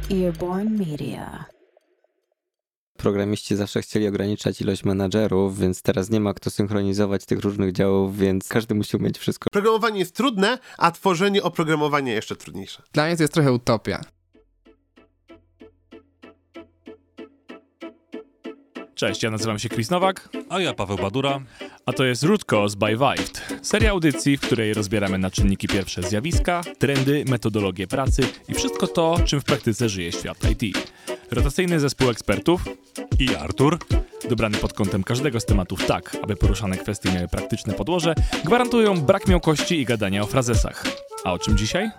Earborn Media. Programiści zawsze chcieli ograniczać ilość menadżerów, więc teraz nie ma kto synchronizować tych różnych działów, więc każdy musi umieć wszystko. Programowanie jest trudne, a tworzenie oprogramowania jeszcze trudniejsze. Dla mnie to jest trochę utopia. Cześć, ja nazywam się Chris Nowak, A ja Paweł Badura. a to jest Root Cause by Vived. Seria audycji, w której rozbieramy na czynniki pierwsze zjawiska, trendy, metodologie pracy i wszystko to, czym w praktyce żyje świat IT. Rotacyjny zespół ekspertów I Artur. dobrany pod kątem każdego z tematów tak, aby poruszane kwestie miały praktyczne podłoże, gwarantują brak miałkości i gadania o frazesach. A o czym dzisiaj?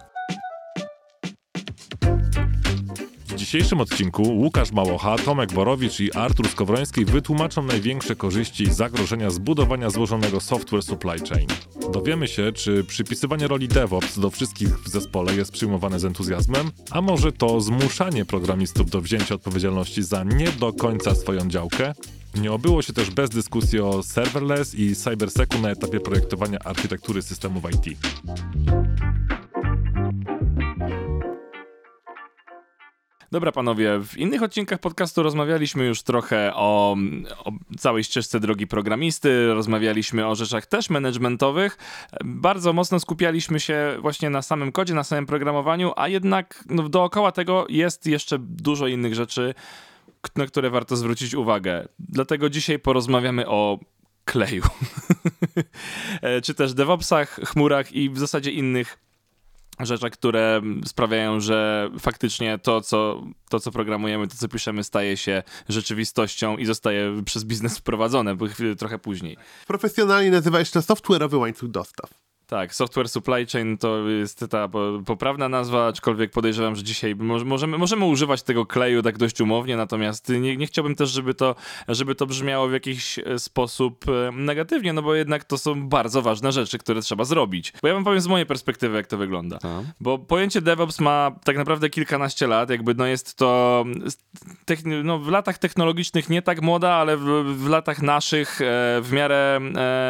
W dzisiejszym odcinku Łukasz Małocha, Tomek Borowicz i Artur Skowroński wytłumaczą największe korzyści i zagrożenia zbudowania złożonego software supply chain. Dowiemy się, czy przypisywanie roli DevOps do wszystkich w zespole jest przyjmowane z entuzjazmem, a może to zmuszanie programistów do wzięcia odpowiedzialności za nie do końca swoją działkę. Nie obyło się też bez dyskusji o serverless i cybersecu na etapie projektowania architektury systemów IT. Dobra panowie, w innych odcinkach podcastu rozmawialiśmy już trochę o całej ścieżce drogi programisty, rozmawialiśmy o rzeczach też managementowych. Bardzo mocno skupialiśmy się właśnie na samym kodzie, na samym programowaniu, a jednak dookoła tego jest jeszcze dużo innych rzeczy, na które warto zwrócić uwagę. Dlatego dzisiaj porozmawiamy o kleju. Czy też DevOpsach, chmurach i w zasadzie innych rzeczach, które sprawiają, że faktycznie to, co programujemy, to, co piszemy, staje się rzeczywistością i zostaje przez biznes wprowadzone trochę później. Profesjonalnie nazywa się to software'owy łańcuch dostaw. Tak, software supply chain to jest ta poprawna nazwa, aczkolwiek podejrzewam, że dzisiaj możemy używać tego kleju tak dość umownie, natomiast nie chciałbym też, żeby to brzmiało w jakiś sposób negatywnie, no bo jednak to są bardzo ważne rzeczy, które trzeba zrobić. Bo ja wam powiem z mojej perspektywy, jak to wygląda. Bo pojęcie DevOps ma tak naprawdę kilkanaście lat, jest to w latach technologicznych nie tak młoda, ale w latach naszych w miarę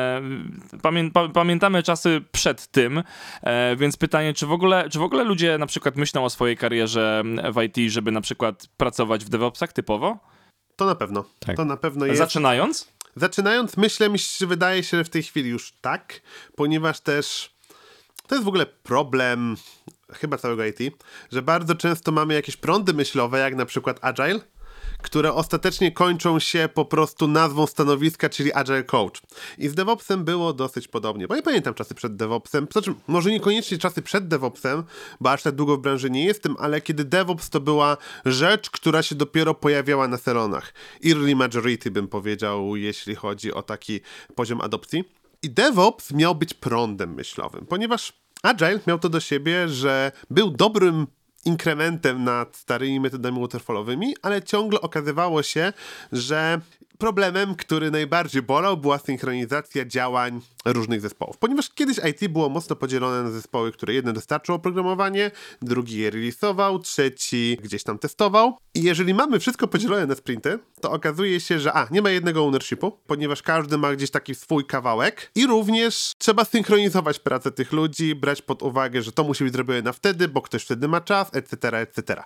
pamiętamy czasy przed tym, więc pytanie, czy w ogóle ludzie na przykład myślą o swojej karierze w IT, żeby na przykład pracować w DevOpsach typowo? To na pewno. Tak. To na pewno jest. Zaczynając, wydaje się, że w tej chwili już tak, ponieważ też to jest w ogóle problem chyba całego IT, że bardzo często mamy jakieś prądy myślowe, jak na przykład Agile, które ostatecznie kończą się po prostu nazwą stanowiska, czyli Agile Coach. I z DevOpsem było dosyć podobnie, bo ja pamiętam czasy przed DevOpsem, znaczy może niekoniecznie czasy przed DevOpsem, bo aż tak długo w branży nie jestem, ale kiedy DevOps to była rzecz, która się dopiero pojawiała na salonach. Early majority bym powiedział, jeśli chodzi o taki poziom adopcji. I DevOps miał być prądem myślowym, ponieważ Agile miał to do siebie, że był dobrym inkrementem nad starymi metodami waterfallowymi, ale ciągle okazywało się, że problemem, który najbardziej bolał, była synchronizacja działań różnych zespołów. Ponieważ kiedyś IT było mocno podzielone na zespoły, które jedno dostarczył oprogramowanie, drugi je releasował, trzeci gdzieś tam testował. I jeżeli mamy wszystko podzielone na sprinty, to okazuje się, że nie ma jednego ownershipu, ponieważ każdy ma gdzieś taki swój kawałek i również trzeba synchronizować pracę tych ludzi, brać pod uwagę, że to musi być zrobione na wtedy, bo ktoś wtedy ma czas, etc., etc.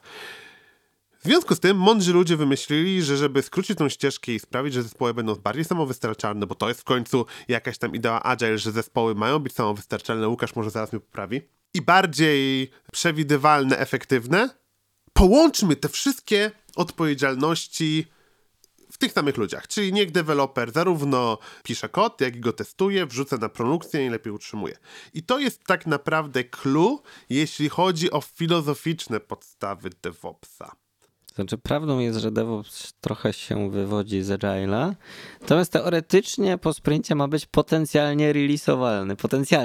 W związku z tym mądrzy ludzie wymyślili, że żeby skrócić tą ścieżkę i sprawić, że zespoły będą bardziej samowystarczalne, bo to jest w końcu jakaś tam idea Agile, że zespoły mają być samowystarczalne, Łukasz może zaraz mnie poprawi, i bardziej przewidywalne, efektywne, połączmy te wszystkie odpowiedzialności w tych samych ludziach. Czyli niech deweloper zarówno pisze kod, jak i go testuje, wrzuca na produkcję i najlepiej utrzymuje. I to jest tak naprawdę clue, jeśli chodzi o filozoficzne podstawy DevOpsa. Znaczy, prawdą jest, że DevOps trochę się wywodzi z Agile'a, natomiast teoretycznie po sprincie ma być potencjalnie releasowalny.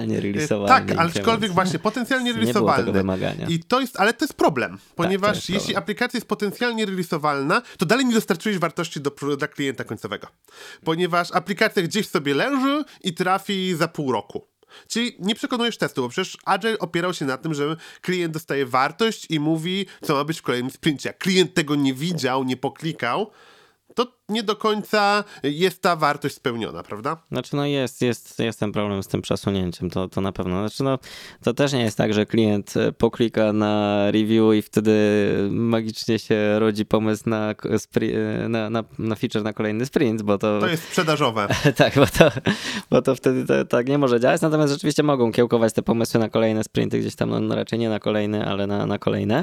Tak, aczkolwiek właśnie potencjalnie releasowalny. Nie było tego wymagania. Ale to jest problem, ponieważ jest jeśli problem. aplikacja jest potencjalnie releasowalna, to dalej nie dostarczyłeś wartości dla klienta końcowego. Ponieważ aplikacja gdzieś sobie leży i trafi za pół roku. Czyli nie przekonujesz testu, bo przecież Agile opierał się na tym, że klient dostaje wartość i mówi, co ma być w kolejnym sprincie. Jak klient tego nie widział, nie poklikał, to nie do końca jest ta wartość spełniona, prawda? Znaczy no jest ten problem z tym przesunięciem, to na pewno. Znaczy no to też nie jest tak, że klient poklika na review i wtedy magicznie się rodzi pomysł na feature na kolejny sprint, bo to... To jest sprzedażowe. Tak, bo to wtedy tak nie może działać, natomiast rzeczywiście mogą kiełkować te pomysły na kolejne sprinty gdzieś tam, no raczej nie na kolejne, ale na kolejne.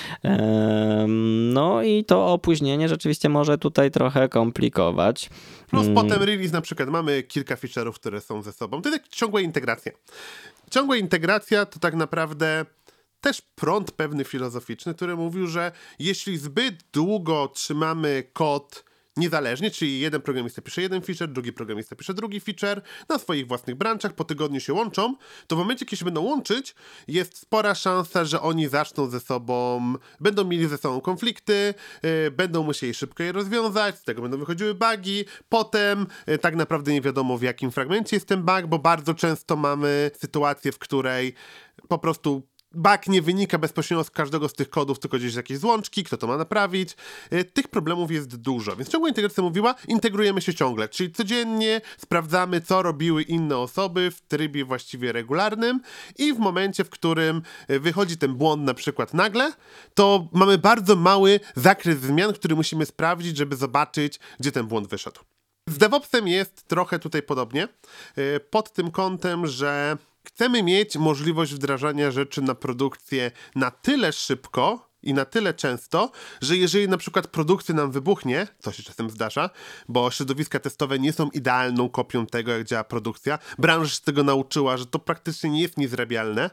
No i to opóźnienie rzeczywiście może tutaj trochę komplikować. Plus potem release na przykład mamy kilka feature'ów, które są ze sobą. To jest jak ciągła integracja. Ciągła integracja to tak naprawdę też prąd pewny filozoficzny, który mówił, że jeśli zbyt długo trzymamy kod niezależnie, czyli jeden programista pisze jeden feature, drugi programista pisze drugi feature, na swoich własnych branchach, po tygodniu się łączą, to w momencie, kiedy się będą łączyć, jest spora szansa, że oni zaczną ze sobą, będą mieli ze sobą konflikty, będą musieli szybko je rozwiązać, z tego będą wychodziły bugi, potem tak naprawdę nie wiadomo, w jakim fragmencie jest ten bug, bo bardzo często mamy sytuację, w której po prostu bug nie wynika bezpośrednio z każdego z tych kodów, tylko gdzieś z jakiejś złączki, kto to ma naprawić. Tych problemów jest dużo, więc ciągła integracja mówiła, integrujemy się ciągle, czyli codziennie sprawdzamy, co robiły inne osoby w trybie właściwie regularnym i w momencie, w którym wychodzi ten błąd na przykład nagle, to mamy bardzo mały zakres zmian, który musimy sprawdzić, żeby zobaczyć, gdzie ten błąd wyszedł. Z DevOpsem jest trochę tutaj podobnie, pod tym kątem, że chcemy mieć możliwość wdrażania rzeczy na produkcję na tyle szybko i na tyle często, że jeżeli na przykład produkcja nam wybuchnie, co się czasem zdarza, bo środowiska testowe nie są idealną kopią tego, jak działa produkcja, branża się z tego nauczyła, że to praktycznie nie jest niezrabialne,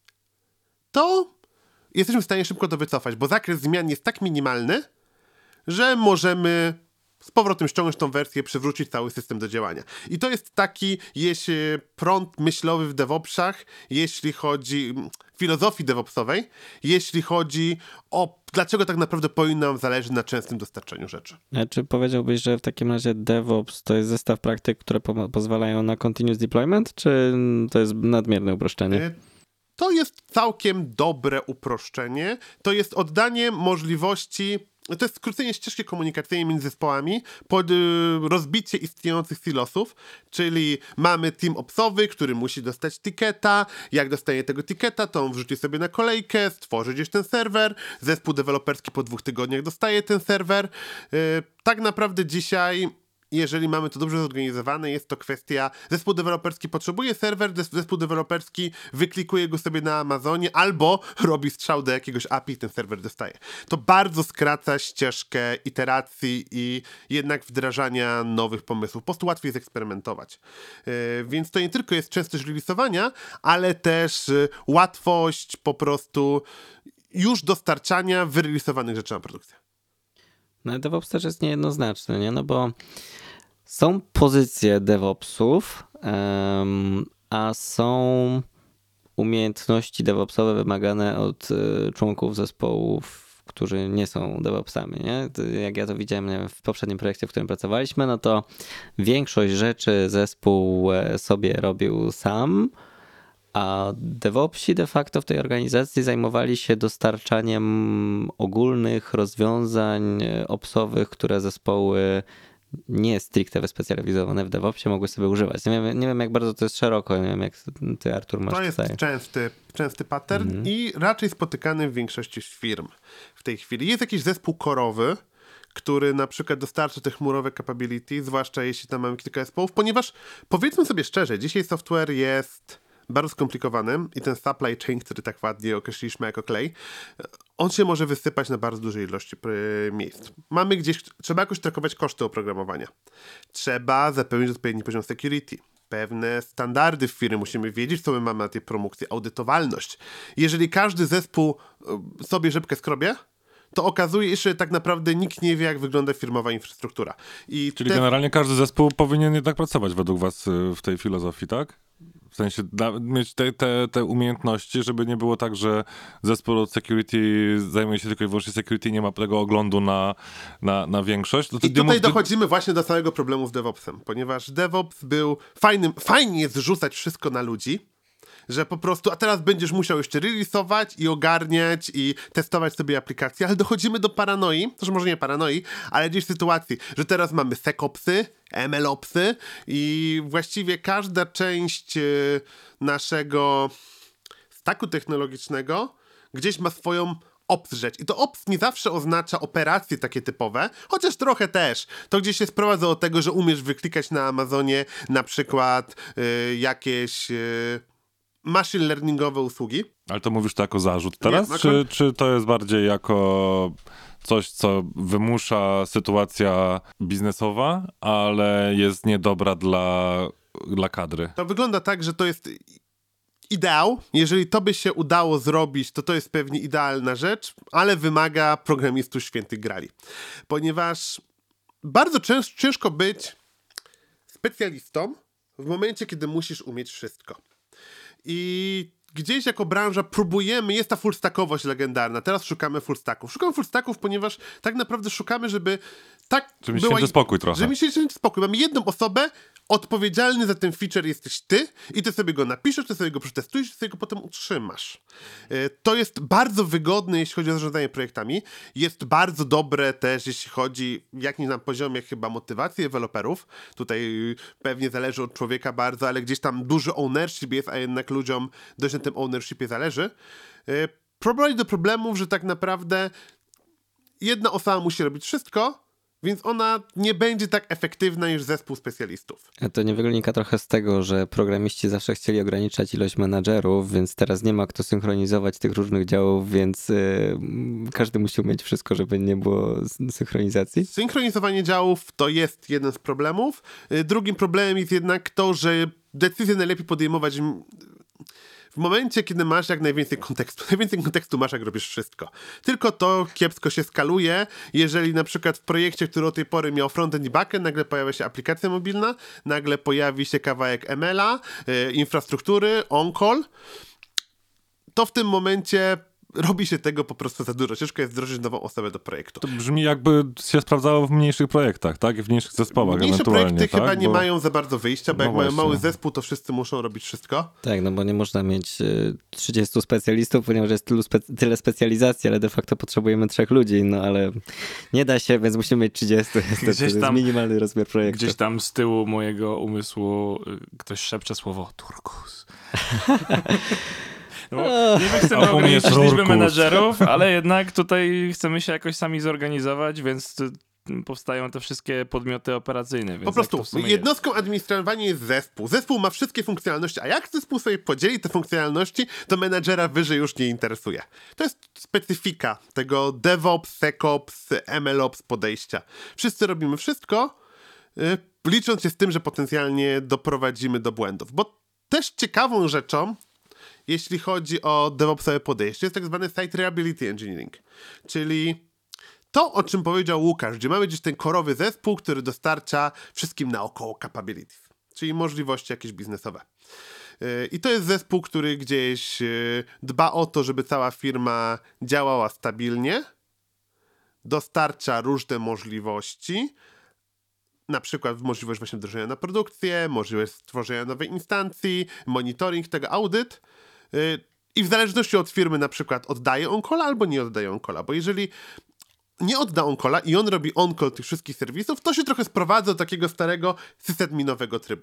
to jesteśmy w stanie szybko to wycofać, bo zakres zmian jest tak minimalny, że możemy z powrotem ściągnąć tą wersję, przywrócić cały system do działania. I to jest taki prąd myślowy w DevOpsach, jeśli chodzi filozofii DevOpsowej, jeśli chodzi o dlaczego tak naprawdę powinno nam zależeć na częstym dostarczaniu rzeczy. A czy powiedziałbyś, że w takim razie DevOps to jest zestaw praktyk, które pozwalają na continuous deployment, czy to jest nadmierne uproszczenie? To jest całkiem dobre uproszczenie. To jest oddanie możliwości, to jest skrócenie ścieżki komunikacyjnej między zespołami pod rozbicie istniejących silosów, czyli mamy team opsowy, który musi dostać tiketa, jak dostaje tego tiketa, to on wrzuci sobie na kolejkę, stworzy gdzieś ten serwer, zespół deweloperski po 2 tygodniach dostaje ten serwer. Tak naprawdę dzisiaj, jeżeli mamy to dobrze zorganizowane, jest to kwestia, zespół deweloperski potrzebuje serwer, zespół deweloperski wyklikuje go sobie na Amazonie albo robi strzał do jakiegoś API i ten serwer dostaje. To bardzo skraca ścieżkę iteracji i jednak wdrażania nowych pomysłów. Po prostu łatwiej jest eksperymentować. Więc to nie tylko jest częstość releasowania, ale też łatwość po prostu już dostarczania wyreleasowanych rzeczy na produkcję. No DevOps też jest niejednoznaczny, nie? No bo są pozycje DevOpsów, a są umiejętności DevOpsowe wymagane od członków zespołów, którzy nie są DevOpsami, nie? Jak ja to widziałem, nie wiem, w poprzednim projekcie, w którym pracowaliśmy, no to większość rzeczy zespół sobie robił sam, a DevOpsi de facto w tej organizacji zajmowali się dostarczaniem ogólnych rozwiązań opsowych, które zespoły nie stricte wyspecjalizowane w DevOpsie mogły sobie używać. Nie wiem jak bardzo to jest szeroko, nie wiem jak ty, Artur, masz tutaj. To jest częsty pattern i raczej spotykany w większości firm w tej chwili. Jest jakiś zespół korowy, który na przykład dostarcza te chmurowe capability, zwłaszcza jeśli tam mamy kilka zespołów, ponieważ powiedzmy sobie szczerze, dzisiaj software jest bardzo skomplikowany i ten supply chain, który tak ładnie określiliśmy jako klej, on się może wysypać na bardzo dużej ilości miejsc. Mamy gdzieś, trzeba jakoś trakować koszty oprogramowania. Trzeba zapewnić odpowiedni poziom security. Pewne standardy w firmie, musimy wiedzieć, co my mamy na tej promocji, audytowalność. Jeżeli każdy zespół sobie rzepkę skrobie, to okazuje się, że tak naprawdę nikt nie wie, jak wygląda firmowa infrastruktura. Czyli generalnie każdy zespół powinien jednak pracować według was w tej filozofii, tak? W sensie mieć te umiejętności, żeby nie było tak, że zespół od security zajmuje się tylko i wyłącznie security, nie ma tego oglądu na większość. I tutaj dochodzimy właśnie do samego problemu z DevOpsem, ponieważ DevOps był fajnie jest rzucać wszystko na ludzi, że po prostu, a teraz będziesz musiał jeszcze releasować i ogarniać i testować sobie aplikacje, ale dochodzimy do paranoi, też może nie paranoi, ale gdzieś sytuacji, że teraz mamy SecOpsy, MLOpsy i właściwie każda część naszego stacku technologicznego gdzieś ma swoją ops rzecz. I to ops nie zawsze oznacza operacje takie typowe, chociaż trochę też. To gdzieś się sprowadza do tego, że umiesz wyklikać na Amazonie na przykład jakieś machine learningowe usługi. Ale to mówisz to jako zarzut teraz? Nie, Czy to jest bardziej jako coś, co wymusza sytuacja biznesowa, ale jest niedobra dla kadry? To wygląda tak, że to jest ideał. Jeżeli to by się udało zrobić, to jest pewnie idealna rzecz, ale wymaga programistów świętych grali. Ponieważ bardzo ciężko być specjalistą w momencie, kiedy musisz umieć wszystko. I gdzieś jako branża próbujemy, jest ta fullstackowość legendarna. Teraz szukamy fullstacków. Szukamy fullstacków, ponieważ tak naprawdę szukamy, żeby tak Żeby mieć święty spokój trochę. Żeby mieć święty spokój. Mamy jedną osobę, odpowiedzialny za ten feature jesteś ty i ty sobie go napiszesz, ty sobie go przetestujesz i sobie go potem utrzymasz. To jest bardzo wygodne, jeśli chodzi o zarządzanie projektami. Jest bardzo dobre też, jeśli chodzi jakimś na poziomie chyba motywacji deweloperów. Tutaj pewnie zależy od człowieka bardzo, ale gdzieś tam duży ownership jest, a jednak ludziom dość na tym ownershipie zależy. Prowadzi do problemów, że tak naprawdę jedna osoba musi robić wszystko, więc ona nie będzie tak efektywna niż zespół specjalistów. A to nie wynika trochę z tego, że programiści zawsze chcieli ograniczać ilość menadżerów, więc teraz nie ma kto synchronizować tych różnych działów, więc każdy musi umieć wszystko, żeby nie było synchronizacji? Synchronizowanie działów to jest jeden z problemów. Drugim problemem jest jednak to, że decyzję najlepiej podejmować w momencie, kiedy masz jak najwięcej kontekstu. Najwięcej kontekstu masz, jak robisz wszystko. Tylko to kiepsko się skaluje, jeżeli na przykład w projekcie, który do tej pory miał frontend i backend, nagle pojawia się aplikacja mobilna, nagle pojawi się kawałek ML-a, infrastruktury, on-call, to w tym momencie robi się tego po prostu za dużo. Ciężko jest wdrożyć nową osobę do projektu. To brzmi jakby się sprawdzało w mniejszych projektach, tak? W mniejszych zespołach Mniejsze ewentualnie, projekty tak? chyba nie mają za bardzo wyjścia, bo jak mają właśnie. mały zespół, to wszyscy muszą robić wszystko. Tak, no bo nie można mieć 30 specjalistów, ponieważ jest tyle specjalizacji, ale de facto potrzebujemy 3 ludzi, no ale nie da się, więc musimy mieć 30. To jest minimalny rozmiar projektu. Gdzieś tam z tyłu mojego umysłu ktoś szepcze słowo Turkus. No, nie chcemy ograniczyć liczby menadżerów, ale jednak tutaj chcemy się jakoś sami zorganizować, więc powstają te wszystkie podmioty operacyjne. Więc po prostu jednostką administrowania jest zespół. Zespół ma wszystkie funkcjonalności, a jak zespół sobie podzieli te funkcjonalności, to menadżera wyżej już nie interesuje. To jest specyfika tego DevOps, SecOps, MLOps podejścia. Wszyscy robimy wszystko, licząc się z tym, że potencjalnie doprowadzimy do błędów. Bo też ciekawą rzeczą, jeśli chodzi o DevOpsowe podejście, jest tak zwany Site Reliability Engineering, czyli to, o czym powiedział Łukasz, gdzie mamy gdzieś ten korowy zespół, który dostarcza wszystkim naokoło capabilities, czyli możliwości jakieś biznesowe. I to jest zespół, który gdzieś dba o to, żeby cała firma działała stabilnie, dostarcza różne możliwości, na przykład możliwość właśnie wdrożenia na produkcję, możliwość stworzenia nowej instancji, monitoring tego, audyt. I w zależności od firmy na przykład oddaje on-calla albo nie oddaje on-calla, bo jeżeli nie odda on-calla i on robi on-call tych wszystkich serwisów, to się trochę sprowadza do takiego starego sysadminowego trybu.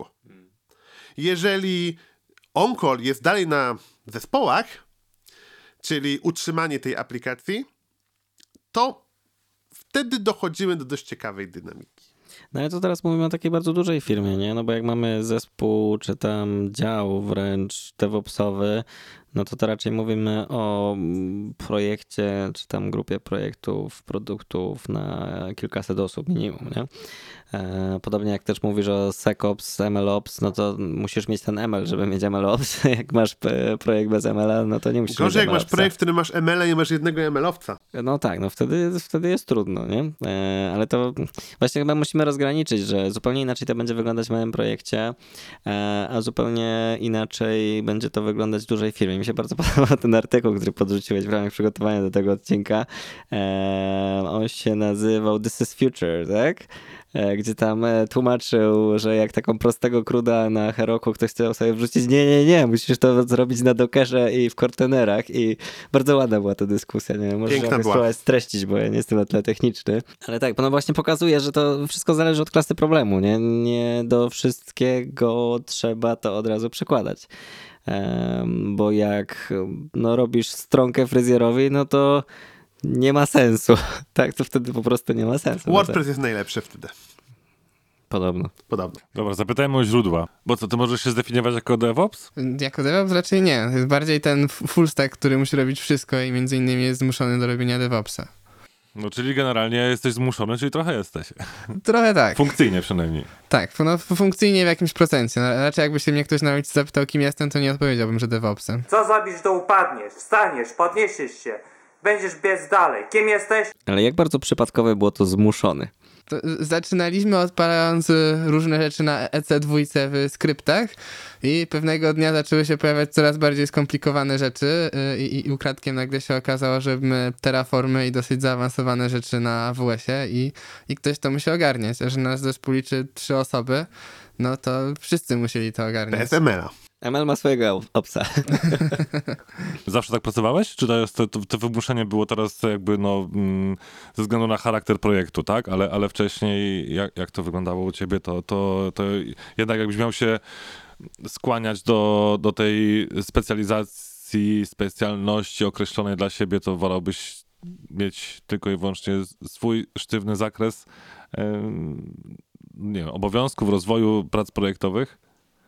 Jeżeli on-call jest dalej na zespołach, czyli utrzymanie tej aplikacji, to wtedy dochodzimy do dość ciekawej dynamiki. No ale to teraz mówimy o takiej bardzo dużej firmie, nie? No bo jak mamy zespół, czy tam dział wręcz DevOpsowy, no to raczej mówimy o projekcie, czy tam grupie projektów, produktów na kilkaset osób minimum, nie? Podobnie jak też mówisz o SecOps, MLOps, no to musisz mieć ten ML, żeby mieć MLOps. Jak masz projekt bez ML-a, no to nie musisz Gorzej, mieć jak masz projekt, w którym masz ML-a i masz jednego ML-owca. No tak, no wtedy jest trudno, nie? Ale to właśnie chyba musimy rozgraniczyć, że zupełnie inaczej to będzie wyglądać w małym projekcie, a zupełnie inaczej będzie to wyglądać w dużej firmie. Mi się bardzo podobał ten artykuł, który podrzuciłeś w ramach przygotowania do tego odcinka. On się nazywał This is Future, tak? gdzie tam tłumaczył, że jak taką prostego cruda na Heroku ktoś chciał sobie wrzucić, nie, musisz to zrobić na Dockerze i w kontenerach i bardzo ładna była ta dyskusja, nie wiem, może jakoś spróbować streścić, bo ja nie jestem na tyle techniczny, ale tak, no właśnie pokazuje, że to wszystko zależy od klasy problemu, nie do wszystkiego trzeba to od razu przekładać. Bo jak robisz stronkę fryzjerowi, no to nie ma sensu. Tak, to wtedy po prostu nie ma sensu. WordPress jest najlepszy wtedy. Podobno. Dobra, zapytajmy o źródła. Bo co, ty możesz się zdefiniować jako DevOps? Jako DevOps raczej nie. To jest bardziej ten full stack, który musi robić wszystko i między innymi jest zmuszony do robienia DevOpsa. No, czyli generalnie jesteś zmuszony, czyli trochę jesteś. Trochę tak. Funkcyjnie przynajmniej. Tak, funkcyjnie w jakimś procencie. No, raczej jakby się mnie ktoś na ulicy zapytał, kim jestem, to nie odpowiedziałbym, że DevOpsem. Co zrobisz, to upadniesz, wstaniesz, podniesiesz się, będziesz biec dalej. Kim jesteś? Ale jak bardzo przypadkowe było to zmuszony? To zaczynaliśmy odpalając różne rzeczy na EC2 w skryptach i pewnego dnia zaczęły się pojawiać coraz bardziej skomplikowane rzeczy i ukradkiem nagle się okazało, że my terraformy i dosyć zaawansowane rzeczy na AWS-ie i ktoś to musi ogarniać, a że nasz zespół liczy 3 osoby, no to wszyscy musieli to ogarniać. Bez ML-a. ML ma swojego opsa. Zawsze tak pracowałeś? Czy to wymuszenie było teraz jakby ze względu na charakter projektu, tak? Ale wcześniej jak to wyglądało u ciebie, to jednak jakbyś miał się skłaniać do tej specjalności określonej dla siebie, to wolałbyś mieć tylko i wyłącznie swój sztywny zakres nie wiem, obowiązków, rozwoju prac projektowych?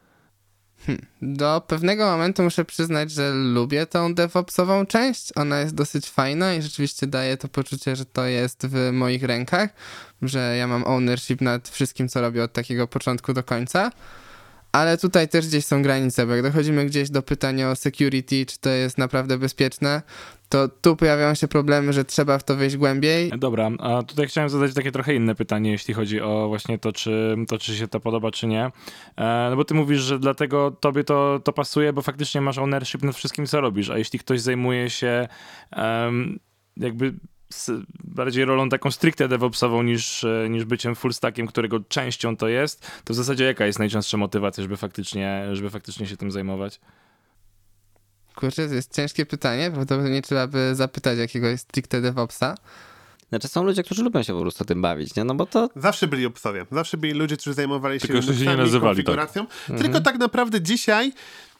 Do pewnego momentu muszę przyznać, że lubię tą DevOpsową część. Ona jest dosyć fajna i rzeczywiście daje to poczucie, że to jest w moich rękach, że ja mam ownership nad wszystkim, co robię od takiego początku do końca. Ale tutaj też gdzieś są granice, bo jak dochodzimy gdzieś do pytania o security, czy to jest naprawdę bezpieczne, to tu pojawiają się problemy, że trzeba w to wejść głębiej. Dobra, a tutaj chciałem zadać takie trochę inne pytanie, jeśli chodzi o właśnie to, czy się to podoba, czy nie. No bo ty mówisz, że dlatego tobie to pasuje, bo faktycznie masz ownership nad wszystkim, co robisz, a jeśli ktoś zajmuje się jakby bardziej rolą taką stricte DevOpsową niż byciem full stackiem, którego częścią to jest, to w zasadzie jaka jest najczęstsza motywacja, żeby faktycznie się tym zajmować? Kurczę, to jest ciężkie pytanie, prawdopodobnie trzeba by zapytać jakiegoś stricte DevOpsa. Znaczy są ludzie, którzy lubią się po prostu tym bawić, nie? No bo to... Zawsze byli opsowie. Zawsze byli ludzie, którzy zajmowali się tylko się nie nazywali konfiguracją. Tak. Tylko tak naprawdę dzisiaj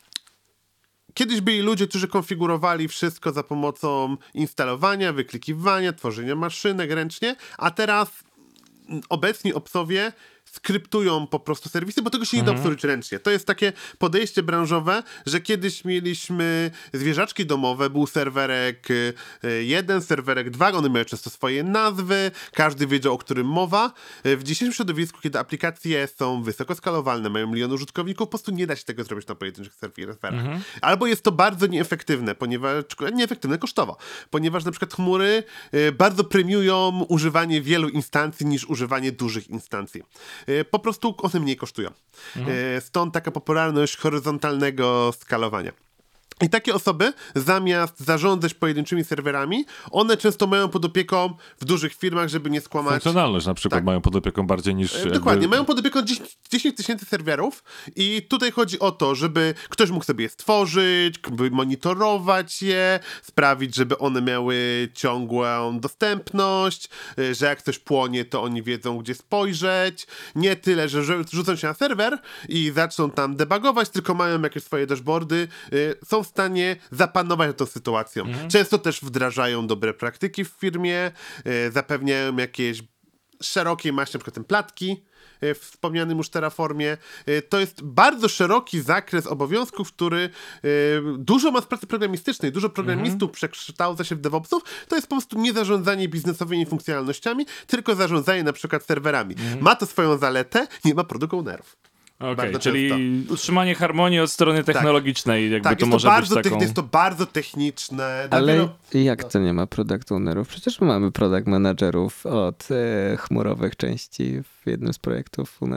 kiedyś byli ludzie, którzy konfigurowali wszystko za pomocą instalowania, wyklikiwania, tworzenia maszynek ręcznie, a teraz obecni opsowie skryptują po prostu serwisy, bo tego się nie da obsłużyć ręcznie. To jest takie podejście branżowe, że kiedyś mieliśmy zwierzaczki domowe, był serwerek 1, serwerek 2, one miały często swoje nazwy, każdy wiedział, o którym mowa. W dzisiejszym środowisku, kiedy aplikacje są wysoko skalowalne, mają miliony użytkowników, po prostu nie da się tego zrobić na pojedynczych serwerach. Albo jest to bardzo nieefektywne, nieefektywne kosztowo, ponieważ na przykład chmury bardzo premiują używanie wielu instancji niż używanie dużych instancji. Po prostu one mniej kosztują. Stąd taka popularność horyzontalnego skalowania. I takie osoby, zamiast zarządzać pojedynczymi serwerami, one często mają pod opieką w dużych firmach, żeby nie skłamać... Funkcjonalność na przykład mają pod opieką bardziej niż... Dokładnie, mają pod opieką 10 tysięcy serwerów i tutaj chodzi o to, żeby ktoś mógł sobie je stworzyć, monitorować je, sprawić, żeby one miały ciągłą dostępność, że jak coś płonie, to oni wiedzą, gdzie spojrzeć. Nie tyle, że rzucą się na serwer i zaczną tam debugować, tylko mają jakieś swoje dashboardy, są w stanie zapanować nad tą sytuacją. Często też wdrażają dobre praktyki w firmie, zapewniają jakieś szerokiej maści, na przykład templatki w wspomnianym już Terraformie. To jest bardzo szeroki zakres obowiązków, który dużo ma z pracy programistycznej. Dużo programistów przekształca się w DevOpsów. To jest po prostu nie zarządzanie biznesowymi funkcjonalnościami, tylko zarządzanie na przykład serwerami. Ma to swoją zaletę, nie ma product ownerów. Okej, czyli utrzymanie harmonii od strony technologicznej, jakby to jest może być taką... jest to bardzo techniczne. Ale jak to nie ma product ownerów? Przecież my mamy product managerów od chmurowych części w jednym z projektów u nas.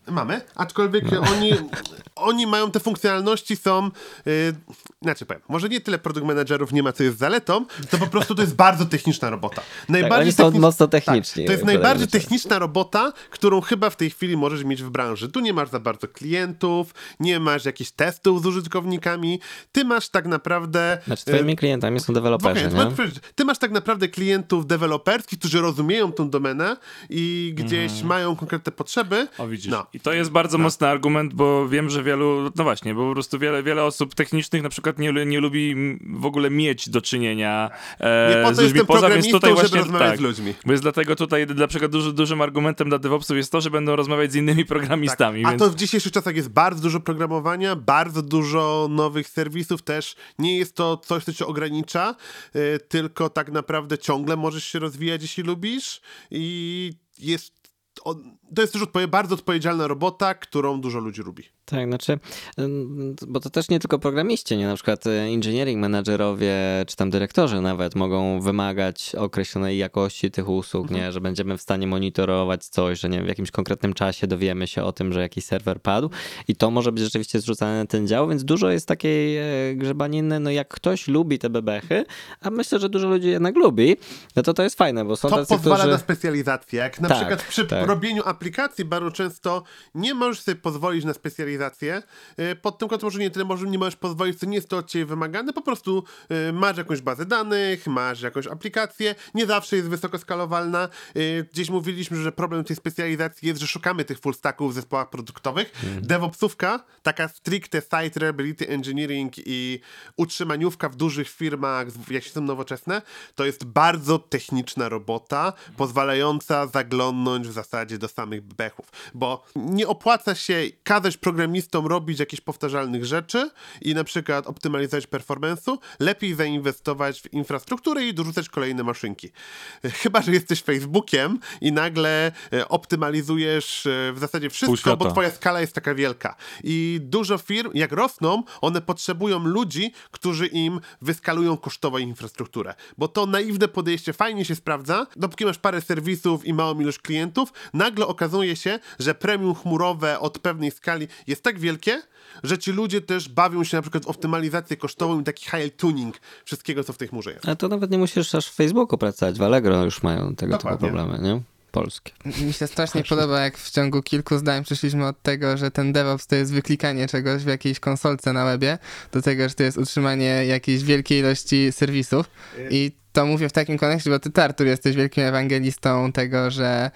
Mamy, aczkolwiek oni mają te funkcjonalności, są inaczej powiem, może nie tyle product managerów nie ma, co jest zaletą, to po prostu to jest bardzo techniczna robota. Oni są mocno techniczni. Tak, to jest najbardziej techniczna robota, którą chyba w tej chwili możesz mieć w branży. Tu nie masz za bardzo klientów, nie masz jakichś testów z użytkownikami, ty masz tak naprawdę... Znaczy twoimi klientami są deweloperzy, nie? Ty masz tak naprawdę klientów deweloperskich, którzy rozumieją tą domenę i gdzieś mają konkretne potrzeby. O, widzisz. No. I to jest bardzo mocny argument, bo wiem, że no właśnie, bo po prostu wiele osób technicznych na przykład nie lubi w ogóle mieć do czynienia nie po to z ludźmi poza, więc tutaj właśnie żeby rozmawiać z ludźmi. Bo jest dlatego tutaj na przykład dużym argumentem dla DevOpsów jest to, że będą rozmawiać z innymi programistami. Tak. A więc... to w dzisiejszych czasach jest bardzo dużo programowania, bardzo dużo nowych serwisów też. Nie jest to coś, co cię ogranicza, tylko tak naprawdę ciągle możesz się rozwijać, jeśli lubisz i to jest też bardzo odpowiedzialna robota, którą dużo ludzi lubi. Tak, znaczy, bo to też nie tylko programiści, nie? Na przykład engineering managerowie, czy tam dyrektorzy nawet mogą wymagać określonej jakości tych usług, nie? Że będziemy w stanie monitorować coś, że nie wiem, w jakimś konkretnym czasie dowiemy się o tym, że jakiś serwer padł i to może być rzeczywiście zrzucane na ten dział, więc dużo jest takiej grzebaniny, no jak ktoś lubi te bebechy, a myślę, że dużo ludzi jednak lubi, no to jest fajne, bo są to tacy, pozwala którzy... na specjalizację. Jak na przykład przy robieniu aplikacji bardzo często nie możesz sobie pozwolić na specjalizację, pod tym kątem może nie tyle, może nie możesz pozwolić, co nie jest to od ciebie wymagane, po prostu masz jakąś bazę danych, masz jakąś aplikację, nie zawsze jest wysoko skalowalna. Gdzieś mówiliśmy, że problem tej specjalizacji jest, że szukamy tych full stacków w zespołach produktowych. DevOpsówka, taka stricte site reliability engineering i utrzymaniówka w dużych firmach, jeśli są nowoczesne, to jest bardzo techniczna robota, pozwalająca zaglądnąć w zasadzie do samych bebechów, bo nie opłaca się kazać programistom robić jakichś powtarzalnych rzeczy i na przykład optymalizować performance'u, lepiej zainwestować w infrastrukturę i dorzucać kolejne maszynki. Chyba że jesteś Facebookiem i nagle optymalizujesz w zasadzie wszystko, bo twoja skala jest taka wielka. I dużo firm, jak rosną, one potrzebują ludzi, którzy im wyskalują kosztowo infrastrukturę. Bo to naiwne podejście fajnie się sprawdza, dopóki masz parę serwisów i małą ilość klientów, nagle okazuje się, że premium chmurowe od pewnej skali jest tak wielkie, że ci ludzie też bawią się na przykład w optymalizację kosztową i taki high tuning wszystkiego, co w tej chmurze jest. Ale to nawet nie musisz aż w Facebooku pracować, w Allegro już mają tego typu problemy, nie? Polskie. Mi się strasznie podoba, jak w ciągu kilku zdań przeszliśmy od tego, że ten DevOps to jest wyklikanie czegoś w jakiejś konsolce na webie, do tego, że to jest utrzymanie jakiejś wielkiej ilości serwisów. I to mówię w takim kontekście, bo ty, Artur, jesteś wielkim ewangelistą tego, że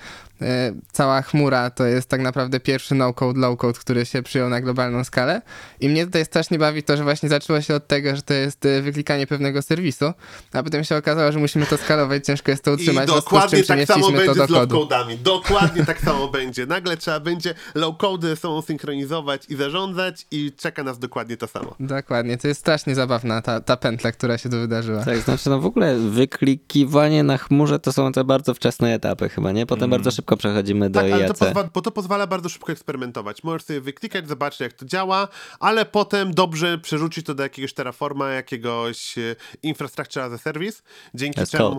cała chmura to jest tak naprawdę pierwszy no-code, low-code, który się przyjął na globalną skalę. I mnie tutaj strasznie bawi to, że właśnie zaczęło się od tego, że to jest wyklikanie pewnego serwisu, a potem się okazało, że musimy to skalować, ciężko jest to utrzymać. I dokładnie tak samo będzie z kodu. low-code'ami. Dokładnie tak samo będzie. Nagle trzeba będzie low-cody ze sobą synchronizować i zarządzać i czeka nas dokładnie to samo. Dokładnie. To jest strasznie zabawna ta pętla, która się tu wydarzyła. Tak, znaczy no w ogóle wyklikiwanie na chmurze to są te bardzo wczesne etapy chyba, nie? Potem bardzo szybko przechodzimy do IEC. Bo to pozwala bardzo szybko eksperymentować. Możesz sobie wyklikać, zobaczyć jak to działa, ale potem dobrze przerzucić to do jakiegoś Terraforma, jakiegoś Infrastructure as a Service, dzięki czemu...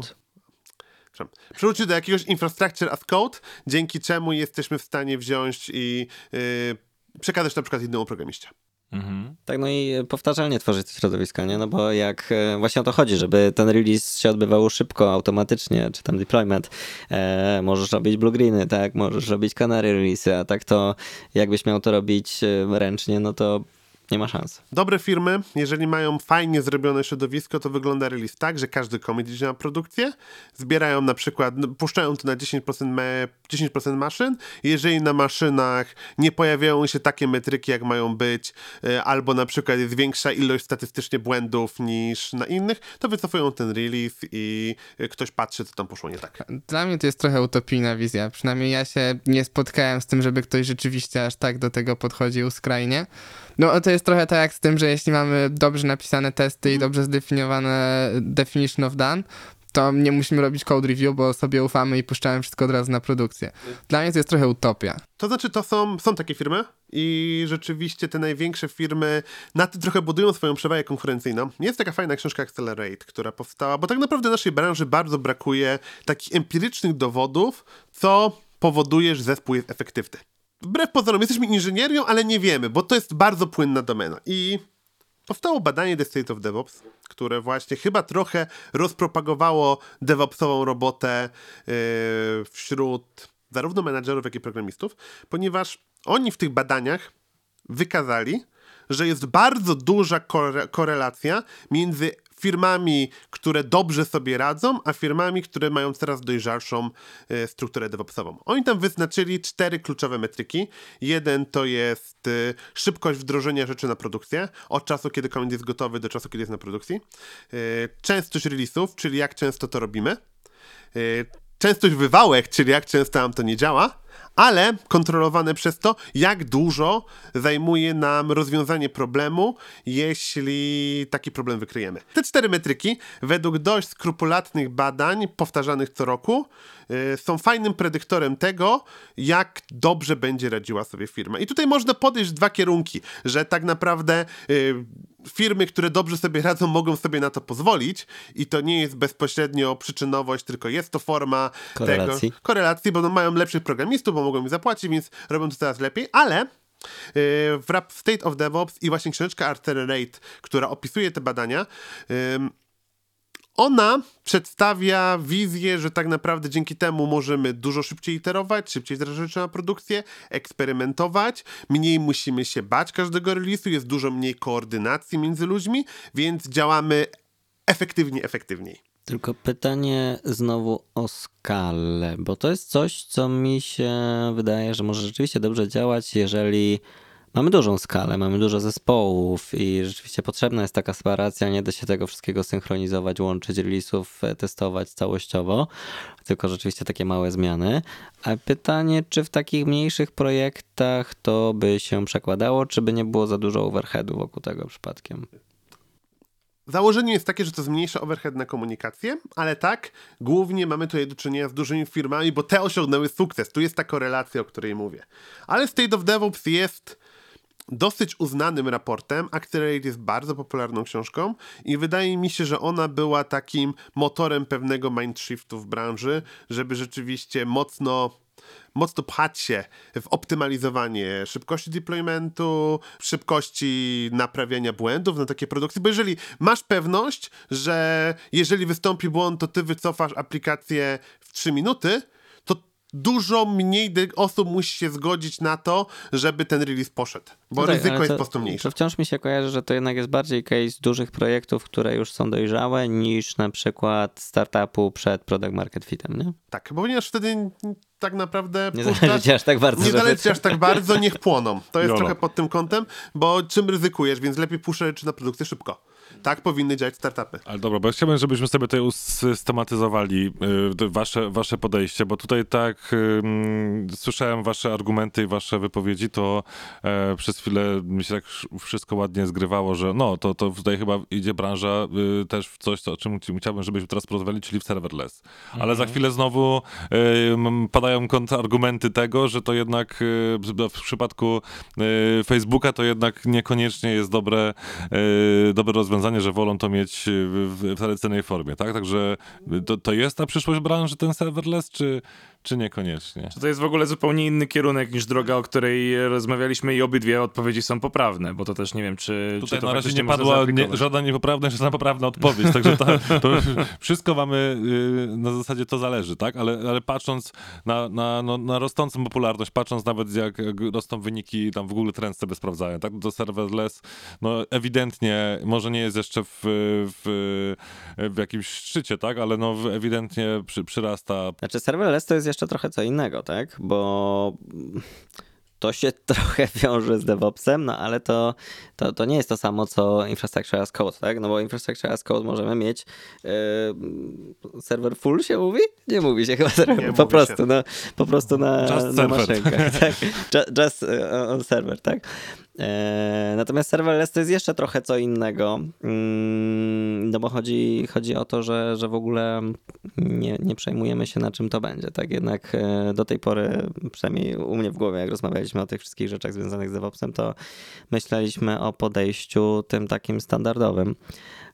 Przerzucić do jakiegoś Infrastructure as Code, dzięki czemu jesteśmy w stanie wziąć i przekazać na przykład innemu programiście. Tak, no i powtarzalnie tworzyć te środowiska, nie? No bo jak właśnie o to chodzi, żeby ten release się odbywał szybko, automatycznie, czy tam deployment, możesz robić blue-greeny, tak? Możesz robić canary release, a tak to jakbyś miał to robić ręcznie, no to nie ma szans. Dobre firmy, jeżeli mają fajnie zrobione środowisko, to wygląda release tak, że każdy commit idzie na produkcję, zbierają na przykład, puszczają to na 10% maszyn. Jeżeli na maszynach nie pojawiają się takie metryki, jak mają być, albo na przykład jest większa ilość statystycznie błędów niż na innych, to wycofują ten release i ktoś patrzy, co tam poszło nie tak. Dla mnie to jest trochę utopijna wizja. Przynajmniej ja się nie spotkałem z tym, żeby ktoś rzeczywiście aż tak do tego podchodził skrajnie. No to jest trochę tak jak z tym, że jeśli mamy dobrze napisane testy i dobrze zdefiniowane definition of done, to nie musimy robić code review, bo sobie ufamy i puszczamy wszystko od razu na produkcję. Dla mnie to jest trochę utopia. To znaczy, to są takie firmy i rzeczywiście te największe firmy na tym trochę budują swoją przewagę konkurencyjną. Jest taka fajna książka Accelerate, która powstała, bo tak naprawdę w naszej branży bardzo brakuje takich empirycznych dowodów, co powoduje, że zespół jest efektywny. wbrew pozorom jesteśmy inżynierią, ale nie wiemy, bo to jest bardzo płynna domena. I powstało badanie The State of DevOps, które właśnie chyba trochę rozpropagowało DevOpsową robotę wśród zarówno menadżerów, jak i programistów, ponieważ oni w tych badaniach wykazali, że jest bardzo duża korelacja między firmami, które dobrze sobie radzą, a firmami, które mają coraz dojrzalszą strukturę DevOpsową. Oni tam wyznaczyli 4 kluczowe metryki. Jeden to jest szybkość wdrożenia rzeczy na produkcję, od czasu, kiedy commit jest gotowy, do czasu, kiedy jest na produkcji. Częstość release'ów, czyli jak często to robimy. Częstość wywałek, czyli jak często nam to nie działa, ale kontrolowane przez to, jak dużo zajmuje nam rozwiązanie problemu, jeśli taki problem wykryjemy. Te 4 metryki, według dość skrupulatnych badań, powtarzanych co roku, są fajnym predyktorem tego, jak dobrze będzie radziła sobie firma. I tutaj można podejść w 2 kierunki, że tak naprawdę firmy, które dobrze sobie radzą, mogą sobie na to pozwolić i to nie jest bezpośrednio przyczynowość, tylko jest to forma korelacji, bo mają lepszych programistów, bo mogą im zapłacić, więc robią to coraz lepiej, ale w State of DevOps i właśnie książeczka Accelerate, która opisuje te badania, ona przedstawia wizję, że tak naprawdę dzięki temu możemy dużo szybciej iterować, szybciej wdrażać rzeczy na produkcję, eksperymentować, mniej musimy się bać każdego release'u, jest dużo mniej koordynacji między ludźmi, więc działamy efektywniej. Tylko pytanie znowu o skalę, bo to jest coś, co mi się wydaje, że może rzeczywiście dobrze działać, jeżeli mamy dużą skalę, mamy dużo zespołów i rzeczywiście potrzebna jest taka separacja, nie da się tego wszystkiego synchronizować, łączyć release'ów, testować całościowo, tylko rzeczywiście takie małe zmiany. A pytanie, czy w takich mniejszych projektach to by się przekładało, czy by nie było za dużo overheadu wokół tego przypadkiem? Założenie jest takie, że to zmniejsza overhead na komunikację, ale tak, głównie mamy tutaj do czynienia z dużymi firmami, bo te osiągnęły sukces. Tu jest ta korelacja, o której mówię. Ale State of DevOps jest dosyć uznanym raportem. Accelerate jest bardzo popularną książką i wydaje mi się, że ona była takim motorem pewnego mindshiftu w branży, żeby rzeczywiście mocno pchać się w optymalizowanie szybkości deploymentu, szybkości naprawiania błędów na takie produkcje, bo jeżeli masz pewność, że jeżeli wystąpi błąd, to ty wycofasz aplikację w 3 minuty, to dużo mniej osób musi się zgodzić na to, żeby ten release poszedł, bo no tak, ryzyko jest po prostu to mniejsze. wciąż mi się kojarzy, że to jednak jest bardziej case dużych projektów, które już są dojrzałe, niż na przykład startupu przed product market fitem, nie? Tak, bo ponieważ wtedy tak naprawdę Nie zależy ci aż tak bardzo. Nie zależy ci aż tak bardzo, niech płoną. To jest Jolo. trochę pod tym kątem, bo czym ryzykujesz, więc lepiej puszczę rzeczy na produkcję szybko. Tak powinny działać startupy. Ale dobra, bo ja chciałbym, żebyśmy sobie tutaj usystematyzowali wasze podejście, bo tutaj tak słyszałem wasze argumenty i wasze wypowiedzi, to przez chwilę mi się tak wszystko ładnie zgrywało, że no, to tutaj chyba idzie branża też w coś, o czym chciałbym, żebyśmy teraz porozmawiali, czyli w serverless. Ale za chwilę znowu padają kontrargumenty tego, że to jednak w przypadku Facebooka to jednak niekoniecznie jest dobre rozwiązanie, że wolą to mieć w tradycyjnej formie, tak? Także to jest ta przyszłość branży, ten serverless, czy niekoniecznie? To jest w ogóle zupełnie inny kierunek niż droga, o której rozmawialiśmy i obydwie odpowiedzi są poprawne, bo to też nie wiem, czy tutaj to na razie nie można padła zaaplikować. żadna niepoprawna, żadna poprawna odpowiedź, także to wszystko mamy, na zasadzie to zależy, tak? Ale patrząc na rosnącą popularność, patrząc nawet jak rosną wyniki, tam w Google Trends sobie sprawdzają, tak? To serverless, no ewidentnie, może nie jest jeszcze w jakimś szczycie, tak? Ale no ewidentnie przyrasta. Znaczy serverless to jest jeszcze trochę co innego, tak? Bo to się trochę wiąże z DevOpsem, no ale to nie jest to samo, co Infrastructure as Code, tak? No bo Infrastructure as Code możemy mieć serwer full się mówi? Nie mówi się chyba serwer, po prostu na maszynkach, tak? Just on server, tak? Natomiast serverless to jest jeszcze trochę co innego, no bo chodzi o to, że w ogóle nie przejmujemy się, na czym to będzie, tak? Jednak do tej pory, przynajmniej u mnie w głowie, jak rozmawialiśmy o tych wszystkich rzeczach związanych z DevOpsem, to myśleliśmy o podejściu tym takim standardowym.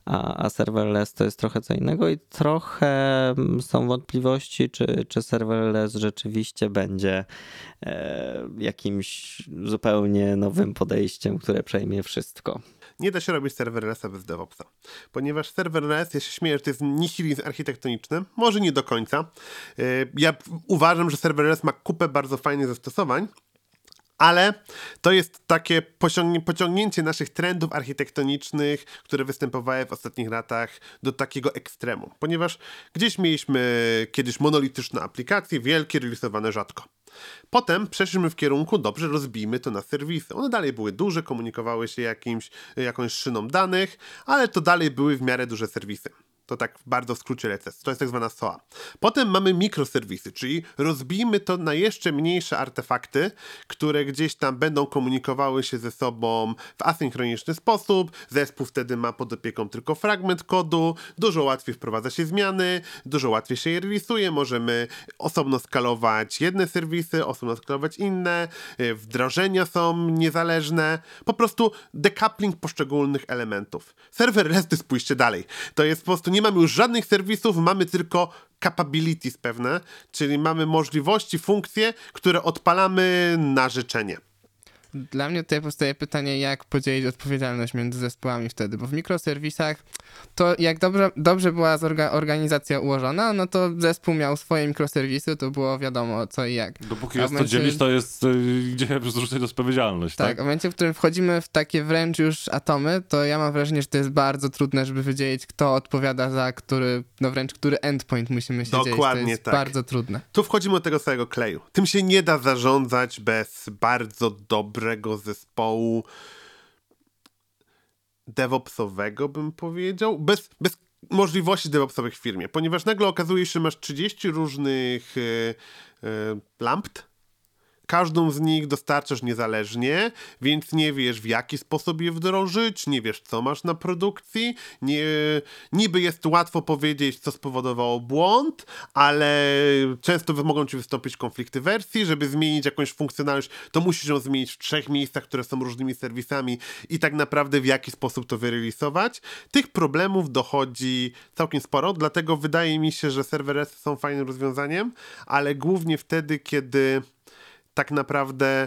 a serverless to jest trochę co innego i trochę są wątpliwości, czy serverless rzeczywiście będzie jakimś zupełnie nowym podejściem, które przejmie wszystko. Nie da się robić serverlessa bez DevOpsa, ponieważ serverless, ja się śmieję, że to jest nihilizm architektoniczny, może nie do końca. Ja uważam, że serverless ma kupę bardzo fajnych zastosowań, ale to jest takie pociągnięcie naszych trendów architektonicznych, które występowały w ostatnich latach do takiego ekstremu, ponieważ gdzieś mieliśmy kiedyś monolityczne aplikacje, wielkie, releasowane rzadko. Potem przeszliśmy w kierunku, dobrze, rozbijmy to na serwisy. One dalej były duże, komunikowały się jakąś szyną danych, ale to dalej były w miarę duże serwisy. To tak bardzo w skrócie lecę. To jest tak zwana SOA. Potem mamy mikroserwisy, czyli rozbijmy to na jeszcze mniejsze artefakty, które gdzieś tam będą komunikowały się ze sobą w asynchroniczny sposób. Zespół wtedy ma pod opieką tylko fragment kodu, dużo łatwiej wprowadza się zmiany, dużo łatwiej się je releasuje, możemy osobno skalować jedne serwisy, osobno skalować inne, wdrożenia są niezależne, po prostu decoupling poszczególnych elementów. Serverless, spójrzcie dalej. To jest po prostu nie mamy już żadnych serwisów, mamy tylko capabilities pewne, czyli mamy możliwości, funkcje, które odpalamy na życzenie. Dla mnie tutaj powstaje pytanie, jak podzielić odpowiedzialność między zespołami wtedy, bo w mikroserwisach to jak dobrze była organizacja ułożona, no to zespół miał swoje mikroserwisy, to było wiadomo co i jak. Dopóki jest to dzielić, to jest gdzie zrzucić odpowiedzialność, tak? Tak, w momencie, w którym wchodzimy w takie wręcz już atomy, to ja mam wrażenie, że to jest bardzo trudne, żeby wydzielić, kto odpowiada za który endpoint musimy się dzielić. Dokładnie to jest tak. bardzo trudne. Tu wchodzimy do tego całego kleju. Tym się nie da zarządzać bez bardzo dobrego zespołu DevOpsowego, bym powiedział, bez możliwości DevOpsowych w firmie, ponieważ nagle okazuje się, że masz 30 różnych lamp, każdą z nich dostarczasz niezależnie, więc nie wiesz, w jaki sposób je wdrożyć, nie wiesz, co masz na produkcji, niby jest łatwo powiedzieć, co spowodowało błąd, ale często mogą ci wystąpić konflikty wersji, żeby zmienić jakąś funkcjonalność, to musisz ją zmienić w 3 miejscach, które są różnymi serwisami i tak naprawdę w jaki sposób to wyreleasować. Tych problemów dochodzi całkiem sporo, dlatego wydaje mi się, że serverlessy są fajnym rozwiązaniem, ale głównie wtedy, kiedy tak naprawdę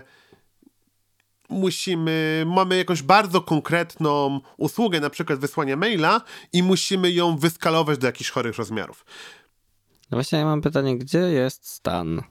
mamy jakąś bardzo konkretną usługę, na przykład wysłania maila i musimy ją wyskalować do jakichś chorych rozmiarów. No właśnie ja mam pytanie, gdzie jest stan,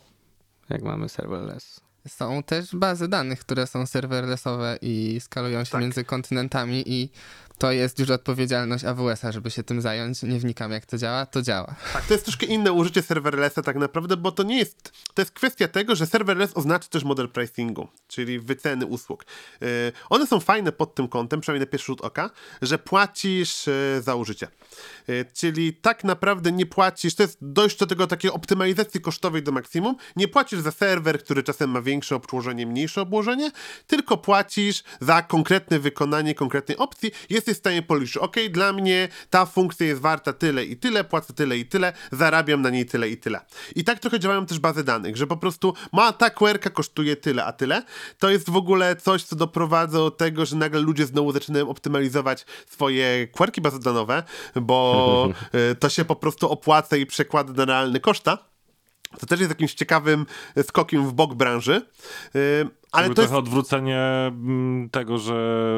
jak mamy serverless? Są też bazy danych, które są serverlessowe i skalują się między kontynentami i to jest już odpowiedzialność AWS-a, żeby się tym zająć. Nie wnikam, jak to działa, to działa. Tak, to jest troszkę inne użycie serverlessa tak naprawdę, bo to jest kwestia tego, że serverless oznacza też model pricingu, czyli wyceny usług. One są fajne pod tym kątem, przynajmniej na pierwszy rzut oka, że płacisz za użycie. Czyli tak naprawdę nie płacisz, to jest dojść do tego takiej optymalizacji kosztowej do maksimum, nie płacisz za serwer, który czasem ma większe obłożenie, mniejsze obłożenie, tylko płacisz za konkretne wykonanie konkretnej opcji, jesteś w stanie policzyć, dla mnie ta funkcja jest warta tyle i tyle, płacę tyle i tyle, zarabiam na niej tyle i tyle. I tak trochę działają też bazy danych, że po prostu ta queryka kosztuje tyle, a tyle. To jest w ogóle coś, co doprowadza do tego, że nagle ludzie znowu zaczynają optymalizować swoje queryki bazodanowe, bo to się po prostu opłaca i przekłada na realne koszta. To też jest jakimś ciekawym skokiem w bok branży. Ale to trochę odwrócenie tego, że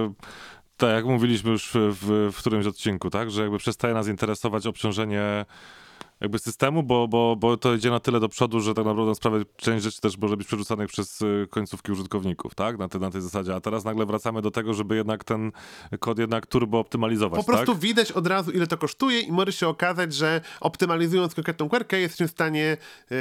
tak jak mówiliśmy już w którymś odcinku, tak, że jakby przestaje nas interesować obciążenie jakby systemu, bo to idzie na tyle do przodu, że tak naprawdę sprawia część rzeczy też może być przerzucanych przez końcówki użytkowników, tak? Na tej zasadzie. A teraz nagle wracamy do tego, żeby jednak ten kod turbo optymalizować, po prostu tak? widać od razu, ile to kosztuje i może się okazać, że optymalizując konkretną querykę jesteśmy w stanie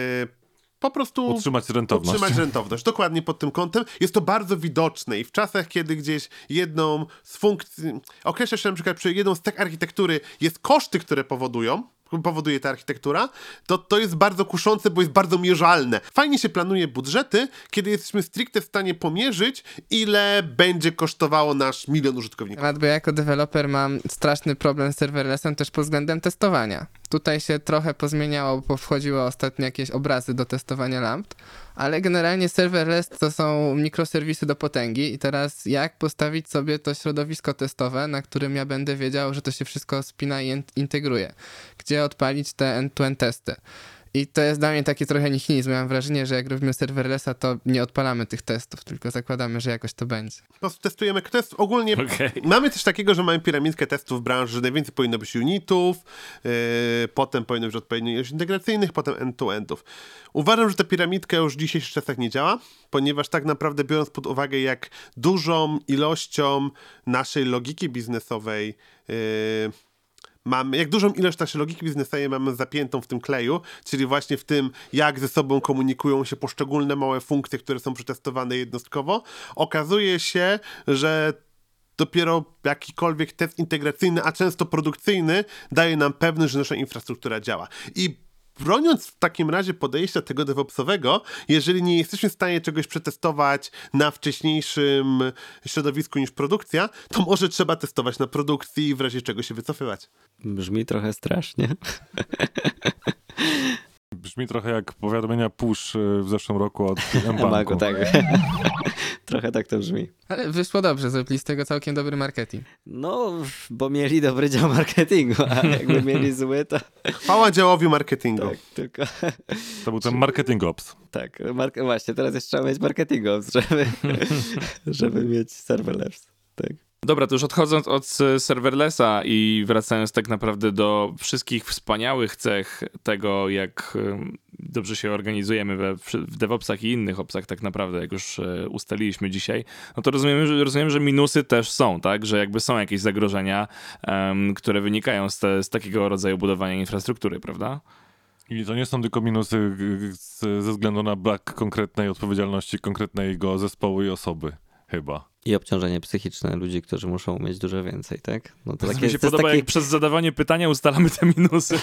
po prostu utrzymać rentowność. Dokładnie pod tym kątem. Jest to bardzo widoczne i w czasach, kiedy gdzieś jedną z funkcji, określa się na przykład przy jedną z tych architektury jest koszty, które powoduje ta architektura, to jest bardzo kuszące, bo jest bardzo mierzalne. Fajnie się planuje budżety, kiedy jesteśmy stricte w stanie pomierzyć, ile będzie kosztowało nasz 1 000 000 użytkowników. Bo ja jako deweloper mam straszny problem z serverlessem też pod względem testowania. Tutaj się trochę pozmieniało, bo wchodziły ostatnio jakieś obrazy do testowania lamp, ale generalnie serverless to są mikroserwisy do potęgi i teraz jak postawić sobie to środowisko testowe, na którym ja będę wiedział, że to się wszystko spina i integruje. Gdzie odpalić te end-to-end testy. I to jest dla mnie taki trochę nihilizm. Mam wrażenie, że jak robimy serverlessa, to nie odpalamy tych testów, tylko zakładamy, że jakoś to będzie. Po prostu testujemy test. Ogólnie mamy coś takiego, że mamy piramidkę testów w branży, że najwięcej powinno być unitów, potem powinno być odpowiednio ilość integracyjnych, potem end-to-endów. Uważam, że ta piramidka już w dzisiejszych czasach nie działa, ponieważ tak naprawdę biorąc pod uwagę, jak dużą ilością naszej logiki biznesowej jak dużą ilość naszej logiki biznesowej mamy zapiętą w tym kleju, czyli właśnie w tym, jak ze sobą komunikują się poszczególne małe funkcje, które są przetestowane jednostkowo, okazuje się, że dopiero jakikolwiek test integracyjny, a często produkcyjny, daje nam pewność, że nasza infrastruktura działa. I broniąc w takim razie podejścia tego DevOpsowego, jeżeli nie jesteśmy w stanie czegoś przetestować na wcześniejszym środowisku niż produkcja, to może trzeba testować na produkcji i w razie czego się wycofywać. Brzmi trochę strasznie. Brzmi trochę jak powiadomienia push w zeszłym roku od mBanku. Tak. Trochę tak to brzmi. Ale wyszło dobrze, zrobili z tego całkiem dobry marketing. No, bo mieli dobry dział marketingu, a jakby mieli zły, to... Chwała działowi marketingu. Tak, tylko... To był ten marketing ops. Tak, właśnie, teraz jeszcze trzeba mieć marketing ops, żeby mieć serverless. Tak. Dobra, to już odchodząc od serverlessa i wracając tak naprawdę do wszystkich wspaniałych cech tego, jak dobrze się organizujemy w DevOpsach i innych opsach tak naprawdę, jak już ustaliliśmy dzisiaj, no to rozumiem, że minusy też są, tak? Że jakby są jakieś zagrożenia, które wynikają z takiego rodzaju budowania infrastruktury, prawda? I to nie są tylko minusy ze względu na brak konkretnej odpowiedzialności konkretnego zespołu i osoby, chyba. I obciążenie psychiczne ludzi, którzy muszą mieć dużo więcej, tak? No to mi się podoba, jak przez zadawanie pytania ustalamy te minusy.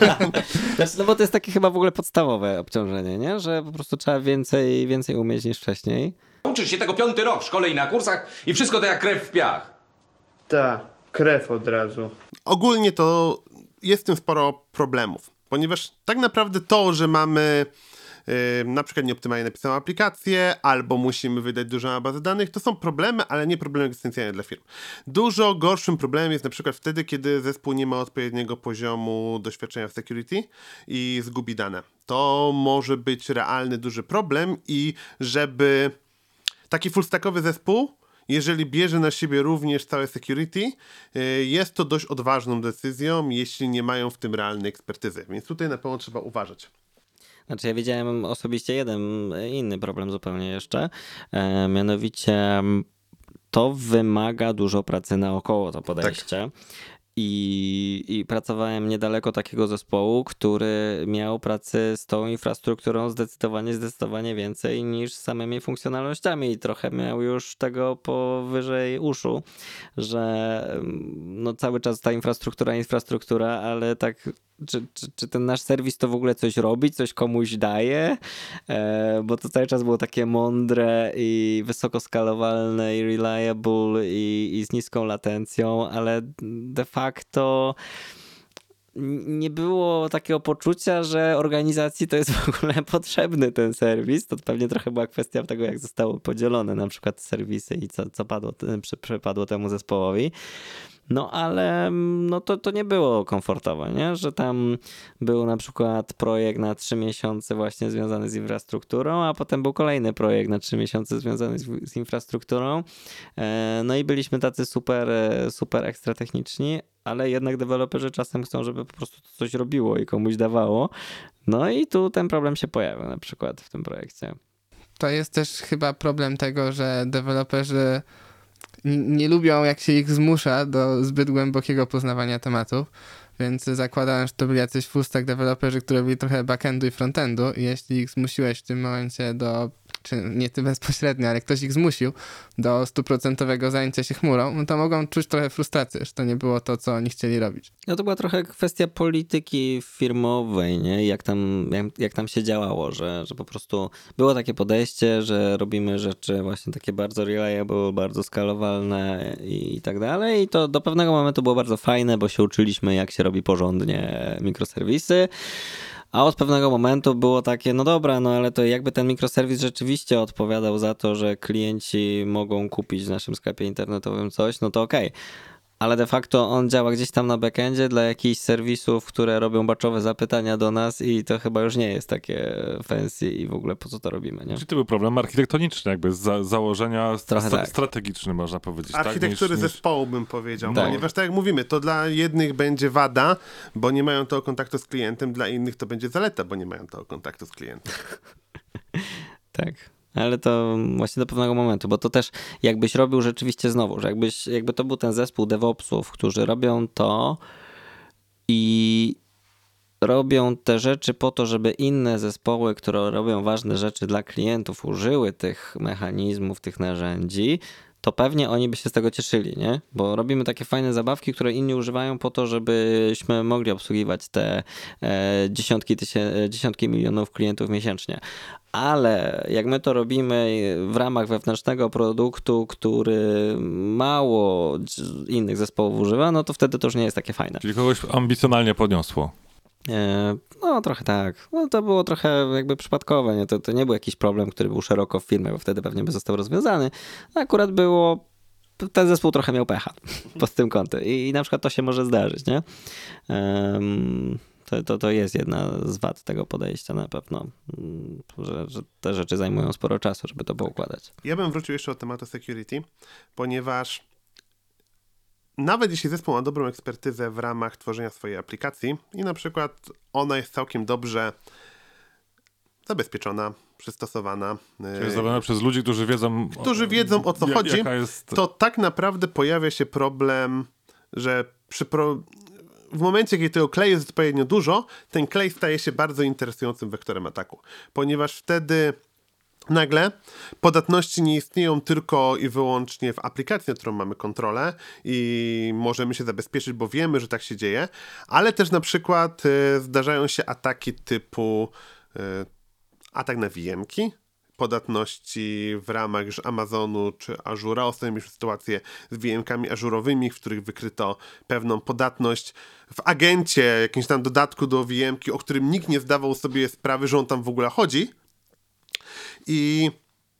No bo to jest takie chyba w ogóle podstawowe obciążenie, nie? Że po prostu trzeba więcej umieć niż wcześniej. Uczysz się tego 5. rok w szkole i na kursach i wszystko to jak krew w piach. Tak, krew od razu. Ogólnie to jest w tym sporo problemów, ponieważ tak naprawdę to, że mamy na przykład nieoptymalnie napisaną aplikację, albo musimy wydać dużo na bazę danych, to są problemy, ale nie problemy egzystencjalne dla firm. Dużo gorszym problemem jest na przykład wtedy, kiedy zespół nie ma odpowiedniego poziomu doświadczenia w security i zgubi dane. To może być realny, duży problem i żeby taki fullstackowy zespół, jeżeli bierze na siebie również całe security, jest to dość odważną decyzją, jeśli nie mają w tym realnej ekspertyzy. Więc tutaj na pewno trzeba uważać. Znaczy ja widziałem osobiście jeden inny problem zupełnie jeszcze, mianowicie to wymaga dużo pracy naokoło, to podejście. Tak. I pracowałem niedaleko takiego zespołu, który miał pracę z tą infrastrukturą zdecydowanie więcej niż z samymi funkcjonalnościami i trochę miał już tego powyżej uszu, że no cały czas ta infrastruktura, ale tak czy ten nasz serwis to w ogóle coś robi, coś komuś daje, bo to cały czas było takie mądre i wysoko skalowalne i reliable i z niską latencją, ale de facto nie było takiego poczucia, że organizacji to jest w ogóle potrzebny ten serwis. To pewnie trochę była kwestia tego, jak zostały podzielone na przykład serwisy i co przypadło temu zespołowi. No ale no to nie było komfortowe, nie? Że tam był na przykład projekt na 3 miesiące właśnie związany z infrastrukturą, a potem był kolejny projekt na 3 miesiące związany z infrastrukturą. No i byliśmy tacy super ekstra techniczni, ale jednak deweloperzy czasem chcą, żeby po prostu to coś robiło i komuś dawało. No i tu ten problem się pojawił na przykład w tym projekcie. To jest też chyba problem tego, że deweloperzy nie lubią, jak się ich zmusza do zbyt głębokiego poznawania tematów, więc zakładam, że to byli jacyś full stack deweloperzy, którzy byli trochę backendu i frontendu i jeśli ich zmusiłeś w tym momencie do czy nie ty bezpośrednio, ale ktoś ich zmusił do 100% zajęcia się chmurą, no to mogą czuć trochę frustrację, że to nie było to, co oni chcieli robić. No to była trochę kwestia polityki firmowej, nie? Jak tam się działało, że po prostu było takie podejście, że robimy rzeczy właśnie takie bardzo reliable, bardzo skalowalne i tak dalej. I to do pewnego momentu było bardzo fajne, bo się uczyliśmy, jak się robi porządnie mikroserwisy. A od pewnego momentu było takie, no dobra, no ale to jakby ten mikroserwis rzeczywiście odpowiadał za to, że klienci mogą kupić w naszym sklepie internetowym coś, no to okej. Ale de facto on działa gdzieś tam na backendzie dla jakichś serwisów, które robią batchowe zapytania do nas i to chyba już nie jest takie fancy i w ogóle po co to robimy, nie? Czyli to był problem architektoniczny, jakby z założenia tak. strategiczny, można powiedzieć. Architektury tak? zespołu bym powiedział, Tak. ponieważ tak jak mówimy, to dla jednych będzie wada, bo nie mają tego kontaktu z klientem, dla innych to będzie zaleta, bo nie mają tego kontaktu z klientem. Tak. Ale to właśnie do pewnego momentu, bo to też jakbyś robił rzeczywiście znowu, że jakby to był ten zespół DevOpsów, którzy robią to i robią te rzeczy po to, żeby inne zespoły, które robią ważne rzeczy dla klientów, użyły tych mechanizmów, tych narzędzi, to pewnie oni by się z tego cieszyli, nie? Bo robimy takie fajne zabawki, które inni używają po to, żebyśmy mogli obsługiwać te dziesiątki milionów klientów miesięcznie. Ale jak my to robimy w ramach wewnętrznego produktu, który mało innych zespołów używa, no to wtedy to już nie jest takie fajne. Czyli kogoś ambicjonalnie podniosło. No trochę tak. No to było trochę jakby przypadkowe. Nie? To nie był jakiś problem, który był szeroko w firmie, bo wtedy pewnie by został rozwiązany. Akurat ten zespół trochę miał pecha pod tym kątem i na przykład to się może zdarzyć, nie? To jest jedna z wad tego podejścia na pewno, że te rzeczy zajmują sporo czasu, żeby to poukładać. Ja bym wrócił jeszcze do tematu security, ponieważ nawet jeśli zespół ma dobrą ekspertyzę w ramach tworzenia swojej aplikacji i na przykład ona jest całkiem dobrze zabezpieczona, przystosowana. Czyli zrobione przez ludzi, którzy wiedzą o co chodzi, jest... to tak naprawdę pojawia się problem, że w momencie, kiedy tego kleju jest odpowiednio dużo, ten klej staje się bardzo interesującym wektorem ataku, ponieważ wtedy nagle podatności nie istnieją tylko i wyłącznie w aplikacji, nad którą mamy kontrolę i możemy się zabezpieczyć, bo wiemy, że tak się dzieje, ale też na przykład zdarzają się ataki typu atak na VM-ki, podatności w ramach już Amazonu czy Azura. Ostatnio mieliśmy sytuację z VM-kami ażurowymi, w których wykryto pewną podatność w agencie, jakimś tam dodatku do VM-ki, o którym nikt nie zdawał sobie sprawy, że on tam w ogóle chodzi. I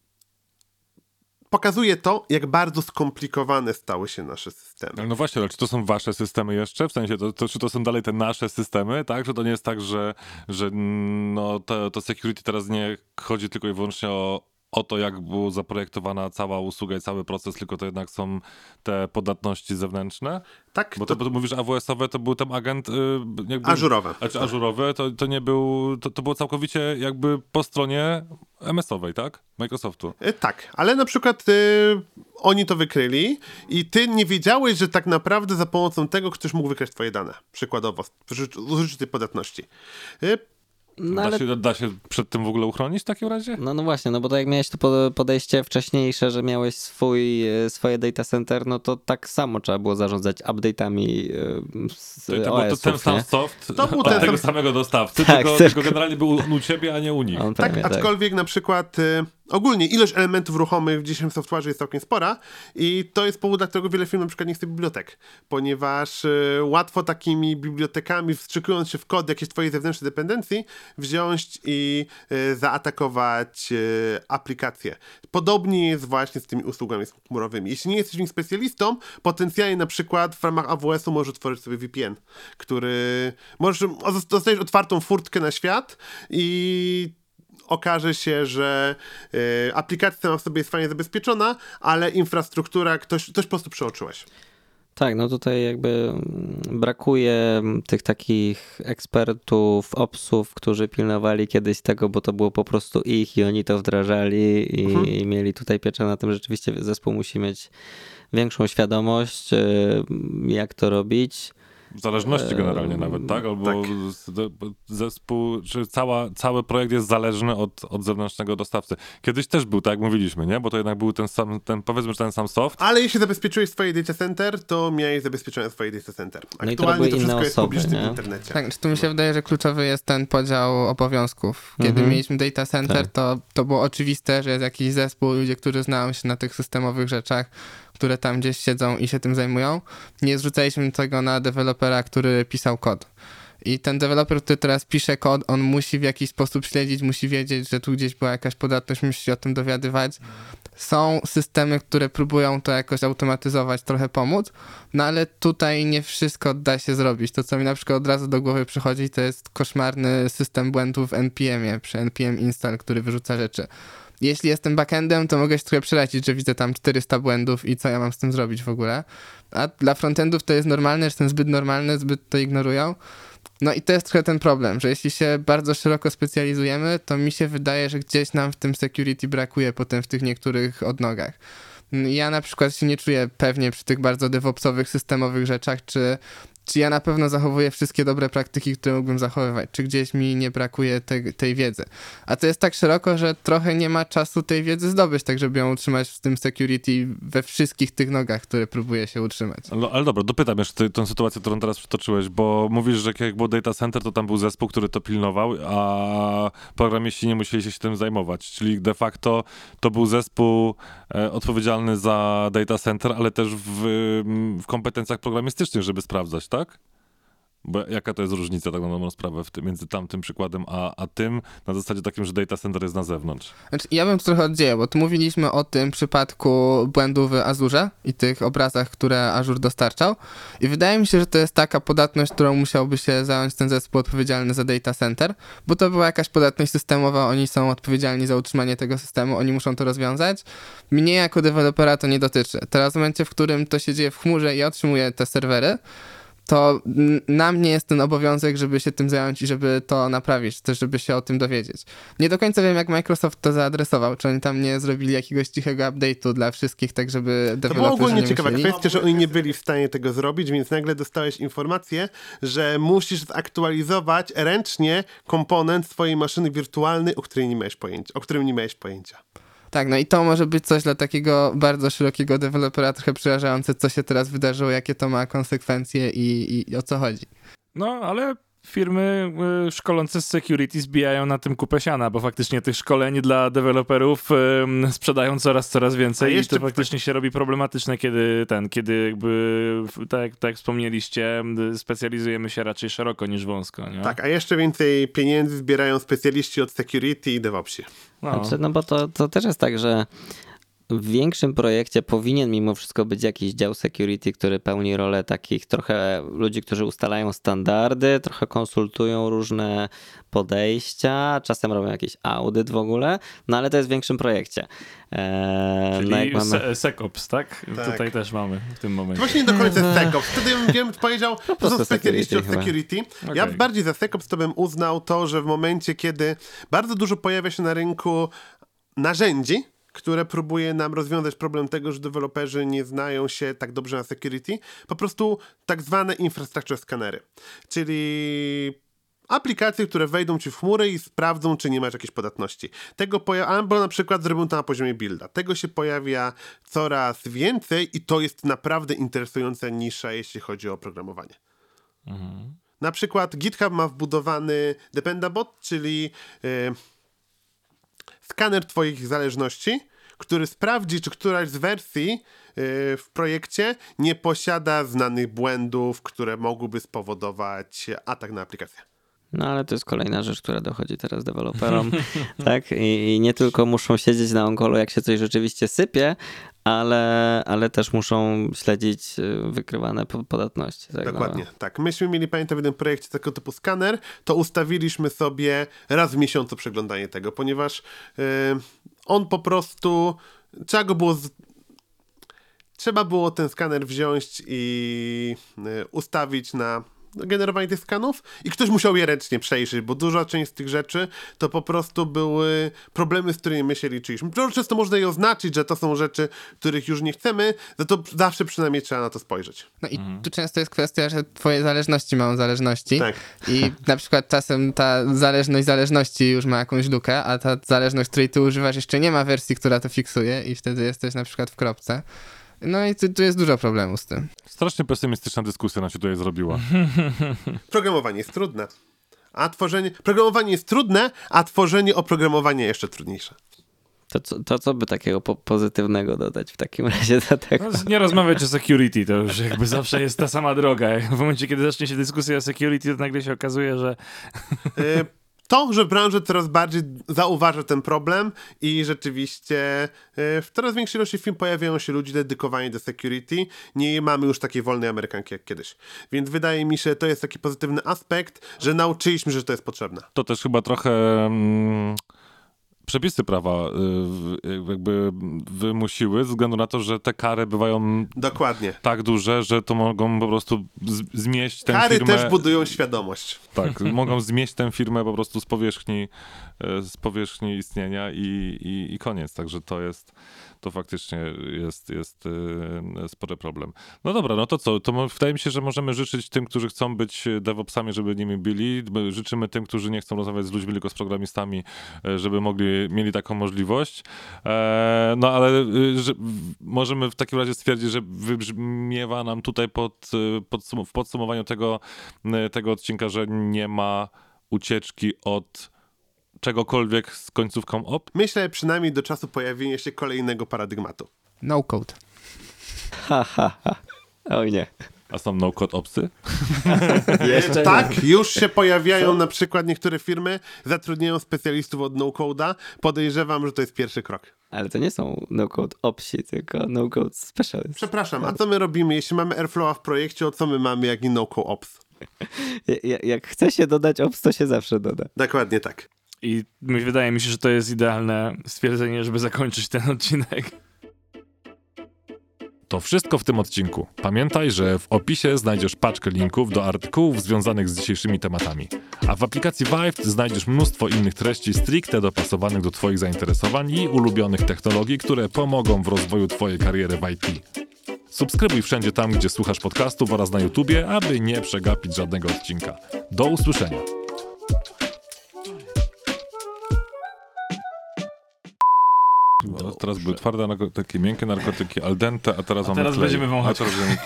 pokazuje to, jak bardzo skomplikowane stały się nasze systemy. No właśnie, ale czy to są wasze systemy jeszcze? W sensie, czy to są dalej te nasze systemy, tak? Że to nie jest tak, że no, to security teraz nie chodzi tylko i wyłącznie o to, jak była zaprojektowana cała usługa i cały proces, tylko to jednak są te podatności zewnętrzne? Tak. Bo to mówisz AWS-owe, to był tam agent... jakby, ażurowe. Znaczy ażurowe, to nie był... To było całkowicie jakby po stronie MS-owej, tak? Microsoftu. Tak, ale na przykład oni to wykryli i ty nie wiedziałeś, że tak naprawdę za pomocą tego ktoś mógł wykraść twoje dane. Przykładowo, użyć tej podatności. No, ale... Da się przed tym w ogóle uchronić w takim razie? No właśnie, no bo to jak miałeś to podejście wcześniejsze, że miałeś swoje data center, no to tak samo trzeba było zarządzać update'ami to był ten sam soft od tego samego dostawcy, tylko generalnie był u ciebie, a nie u nich. Tak, aczkolwiek na przykład ogólnie ilość elementów ruchomych w dzisiejszym software'ze jest całkiem spora i to jest powód, dla którego wiele firm na przykład nie chce bibliotek, ponieważ łatwo takimi bibliotekami, wstrzykując się w kod jakieś twojej zewnętrznej dependencji, wziąć i zaatakować aplikację. Podobnie jest właśnie z tymi usługami chmurowymi. Jeśli nie jesteś w nich specjalistą, potencjalnie na przykład w ramach AWS-u możesz tworzyć sobie VPN, który możesz dostać otwartą furtkę na świat i okaże się, że aplikacja sama w sobie jest fajnie zabezpieczona, ale infrastruktura ktoś po prostu przeoczyłeś. Tak, no tutaj jakby brakuje tych takich ekspertów, opsów, którzy pilnowali kiedyś tego, bo to było po prostu ich i oni to wdrażali i mieli tutaj pieczę na tym. Rzeczywiście zespół musi mieć większą świadomość, jak to robić. w zależności generalnie nawet, tak? Albo tak. zespół, czy cały projekt jest zależny od zewnętrznego dostawcy. Kiedyś też był, tak jak mówiliśmy, nie? Bo to jednak był powiedzmy, że ten sam soft. Ale jeśli zabezpieczyłeś swoje data center, to miałeś zabezpieczone swoje data center. No i to Aktualnie były to wszystko inne jest osoby, publiczne w nie? internecie. Tak, tu mi się wydaje, że kluczowy jest ten podział obowiązków. Kiedy mieliśmy data center, to było oczywiste, że jest jakiś zespół, ludzie, którzy znają się na tych systemowych rzeczach, które tam gdzieś siedzą i się tym zajmują. Nie zrzucaliśmy tego na dewelopera, który pisał kod. I ten deweloper, który teraz pisze kod, on musi w jakiś sposób śledzić, musi wiedzieć, że tu gdzieś była jakaś podatność, musi się o tym dowiadywać. Są systemy, które próbują to jakoś automatyzować, trochę pomóc, no ale tutaj nie wszystko da się zrobić. To, co mi na przykład od razu do głowy przychodzi, to jest koszmarny system błędów w NPM-ie, przy npm install, który wyrzuca rzeczy. Jeśli jestem backendem, to mogę się trochę przerazić, że widzę tam 400 błędów i co ja mam z tym zrobić w ogóle. A dla frontendów to jest normalne, że są zbyt normalne, zbyt to ignorują. No i to jest trochę ten problem, że jeśli się bardzo szeroko specjalizujemy, to mi się wydaje, że gdzieś nam w tym security brakuje potem w tych niektórych odnogach. Ja na przykład się nie czuję pewnie przy tych bardzo DevOpsowych, systemowych rzeczach, czy ja na pewno zachowuję wszystkie dobre praktyki, które mógłbym zachowywać, czy gdzieś mi nie brakuje tej wiedzy. A to jest tak szeroko, że trochę nie ma czasu tej wiedzy zdobyć, tak żeby ją utrzymać w tym security we wszystkich tych nogach, które próbuję się utrzymać. Ale dobra, dopytam jeszcze tę sytuację, którą teraz przytoczyłeś, bo mówisz, że jak było data center, to tam był zespół, który to pilnował, a programiści nie musieli się tym zajmować, czyli de facto to był zespół odpowiedzialny za data center, ale też w kompetencjach programistycznych, żeby sprawdzać, tak? Bo jaka to jest różnica, tak na dobrą sprawę, między tamtym przykładem a tym, na zasadzie takim, że data center jest na zewnątrz? Znaczy, ja bym to trochę oddzielił, bo tu mówiliśmy o tym przypadku błędu w Azurze i tych obrazach, które Azure dostarczał. I wydaje mi się, że to jest taka podatność, którą musiałby się zająć ten zespół odpowiedzialny za data center, bo to była jakaś podatność systemowa, oni są odpowiedzialni za utrzymanie tego systemu, oni muszą to rozwiązać. Mnie jako dewelopera to nie dotyczy. Teraz w momencie, w którym to się dzieje w chmurze i ja otrzymuję te serwery, to na mnie jest ten obowiązek, żeby się tym zająć i żeby to naprawić, też żeby się o tym dowiedzieć. Nie do końca wiem, jak Microsoft to zaadresował, czy oni tam nie zrobili jakiegoś cichego update'u dla wszystkich, tak żeby To deweloperzy była ogólnie nie ciekawa musieli. kwestia, że oni nie byli w stanie tego zrobić, więc nagle dostałeś informację, że musisz zaktualizować ręcznie komponent swojej maszyny wirtualnej, o którym nie miałeś pojęcia. Tak, no i to może być coś dla takiego bardzo szerokiego dewelopera trochę przerażające, co się teraz wydarzyło, jakie to ma konsekwencje i o co chodzi. No, ale firmy szkolące z security zbijają na tym kupę siana, bo faktycznie tych szkoleń dla deweloperów sprzedają coraz więcej i to faktycznie się robi problematyczne, kiedy jakby, tak jak wspomnieliście, specjalizujemy się raczej szeroko niż wąsko. Nie? Tak, a jeszcze więcej pieniędzy zbierają specjaliści od security i DevOpsi. No bo to też jest tak, że w większym projekcie powinien mimo wszystko być jakiś dział security, który pełni rolę takich trochę ludzi, którzy ustalają standardy, trochę konsultują różne podejścia, czasem robią jakiś audyt w ogóle, no ale to jest w większym projekcie. Czyli SecOps, tak? Tutaj też mamy w tym momencie. Właśnie nie do końca SecOps. Wtedy bym powiedział, to są specjaliści od security. Okay. Ja bardziej za SecOps to bym uznał to, że w momencie, kiedy bardzo dużo pojawia się na rynku narzędzi, które próbuje nam rozwiązać problem tego, że deweloperzy nie znają się tak dobrze na security, po prostu tak zwane infrastructure scanery, czyli aplikacje, które wejdą ci w chmurę i sprawdzą, czy nie masz jakiejś podatności. Albo na przykład zrobią to na poziomie builda. Tego się pojawia coraz więcej i to jest naprawdę interesująca nisza, jeśli chodzi o oprogramowanie. Na przykład GitHub ma wbudowany Dependabot, czyli skaner twoich zależności, który sprawdzi, czy któraś z wersji w projekcie nie posiada znanych błędów, które mogłyby spowodować atak na aplikację. No ale to jest kolejna rzecz, która dochodzi teraz deweloperom, tak? I nie tylko muszą siedzieć na onkolu, jak się coś rzeczywiście sypie, ale też muszą śledzić wykrywane podatności. Tak? Dokładnie, tak. Myśmy mieli, pamiętam, w jednym projekcie takiego typu skaner, to ustawiliśmy sobie raz w miesiącu przeglądanie tego, ponieważ on po prostu, trzeba było ten skaner wziąć i ustawić na generowanie tych skanów i ktoś musiał je ręcznie przejrzeć, bo duża część z tych rzeczy to po prostu były problemy, z którymi my się liczyliśmy. Bardzo często można je oznaczyć, że to są rzeczy, których już nie chcemy, za to zawsze przynajmniej trzeba na to spojrzeć. No i tu często jest kwestia, że twoje zależności mają zależności Tak. i na przykład czasem ta zależność zależności już ma jakąś lukę, a ta zależność, której ty używasz, jeszcze nie ma wersji, która to fiksuje i wtedy jesteś na przykład w kropce. No i tu jest dużo problemu z tym. Strasznie pesymistyczna dyskusja nam się tutaj zrobiła. Programowanie jest trudne. Programowanie jest trudne, a tworzenie oprogramowania jeszcze trudniejsze. To co by takiego pozytywnego dodać w takim razie do tego? No, nie rozmawiać o security, to już jakby zawsze jest ta sama droga. W momencie, kiedy zacznie się dyskusja o security, to nagle się okazuje, że... To, że branża coraz bardziej zauważa ten problem i rzeczywiście w coraz większej ilości firm pojawiają się ludzie dedykowani do security. Nie mamy już takiej wolnej Amerykanki jak kiedyś. Więc wydaje mi się, że to jest taki pozytywny aspekt, że nauczyliśmy, że to jest potrzebne. To też chyba trochę przepisy prawa jakby wymusiły, ze względu na to, że te kary bywają Dokładnie. tak duże, że to mogą po prostu zmieść tę Kary firmę... też budują świadomość. Tak, mogą zmieść tę firmę po prostu z powierzchni istnienia i koniec. Także to faktycznie jest spory problem. No dobra, no to co? To wydaje mi się, że możemy życzyć tym, którzy chcą być DevOpsami, żeby nimi byli. Życzymy tym, którzy nie chcą rozmawiać z ludźmi, tylko z programistami, żeby mieli taką możliwość. No ale możemy w takim razie stwierdzić, że wybrzmiewa nam tutaj w podsumowaniu tego odcinka, że nie ma ucieczki od czegokolwiek z końcówką op. Myślę przynajmniej do czasu pojawienia się kolejnego paradygmatu. No code. Oj nie. A są no-code opsy? Jeszcze Tak, już się pojawiają na przykład niektóre firmy, zatrudniają specjalistów od no-code'a. Podejrzewam, że to jest pierwszy krok. Ale to nie są no-code opsi, tylko no-code specialist. Przepraszam, a co my robimy? Jeśli mamy Airflow'a w projekcie, co my mamy jak i no-code ops? Jak chce się dodać ops, to się zawsze doda. Dokładnie tak. I wydaje mi się, że to jest idealne stwierdzenie, żeby zakończyć ten odcinek. To wszystko w tym odcinku. Pamiętaj, że w opisie znajdziesz paczkę linków do artykułów związanych z dzisiejszymi tematami. A w aplikacji Vive znajdziesz mnóstwo innych treści stricte dopasowanych do Twoich zainteresowań i ulubionych technologii, które pomogą w rozwoju Twojej kariery w IT. Subskrybuj wszędzie tam, gdzie słuchasz podcastów oraz na YouTubie, aby nie przegapić żadnego odcinka. Do usłyszenia. Teraz były twarde takie miękkie narkotyki al dente, a teraz mamy klej. Będziemy wąchać.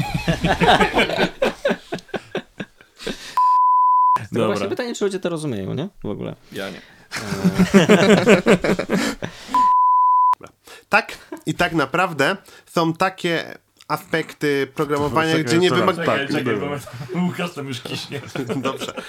Dobra. Właśnie pytanie, czy ludzie to rozumieją, nie? W ogóle. Ja nie. Tak i tak naprawdę są takie aspekty programowania, gdzie nie wymaga... Czekaj, bo Łukasz tam już kiśnie. Dobrze.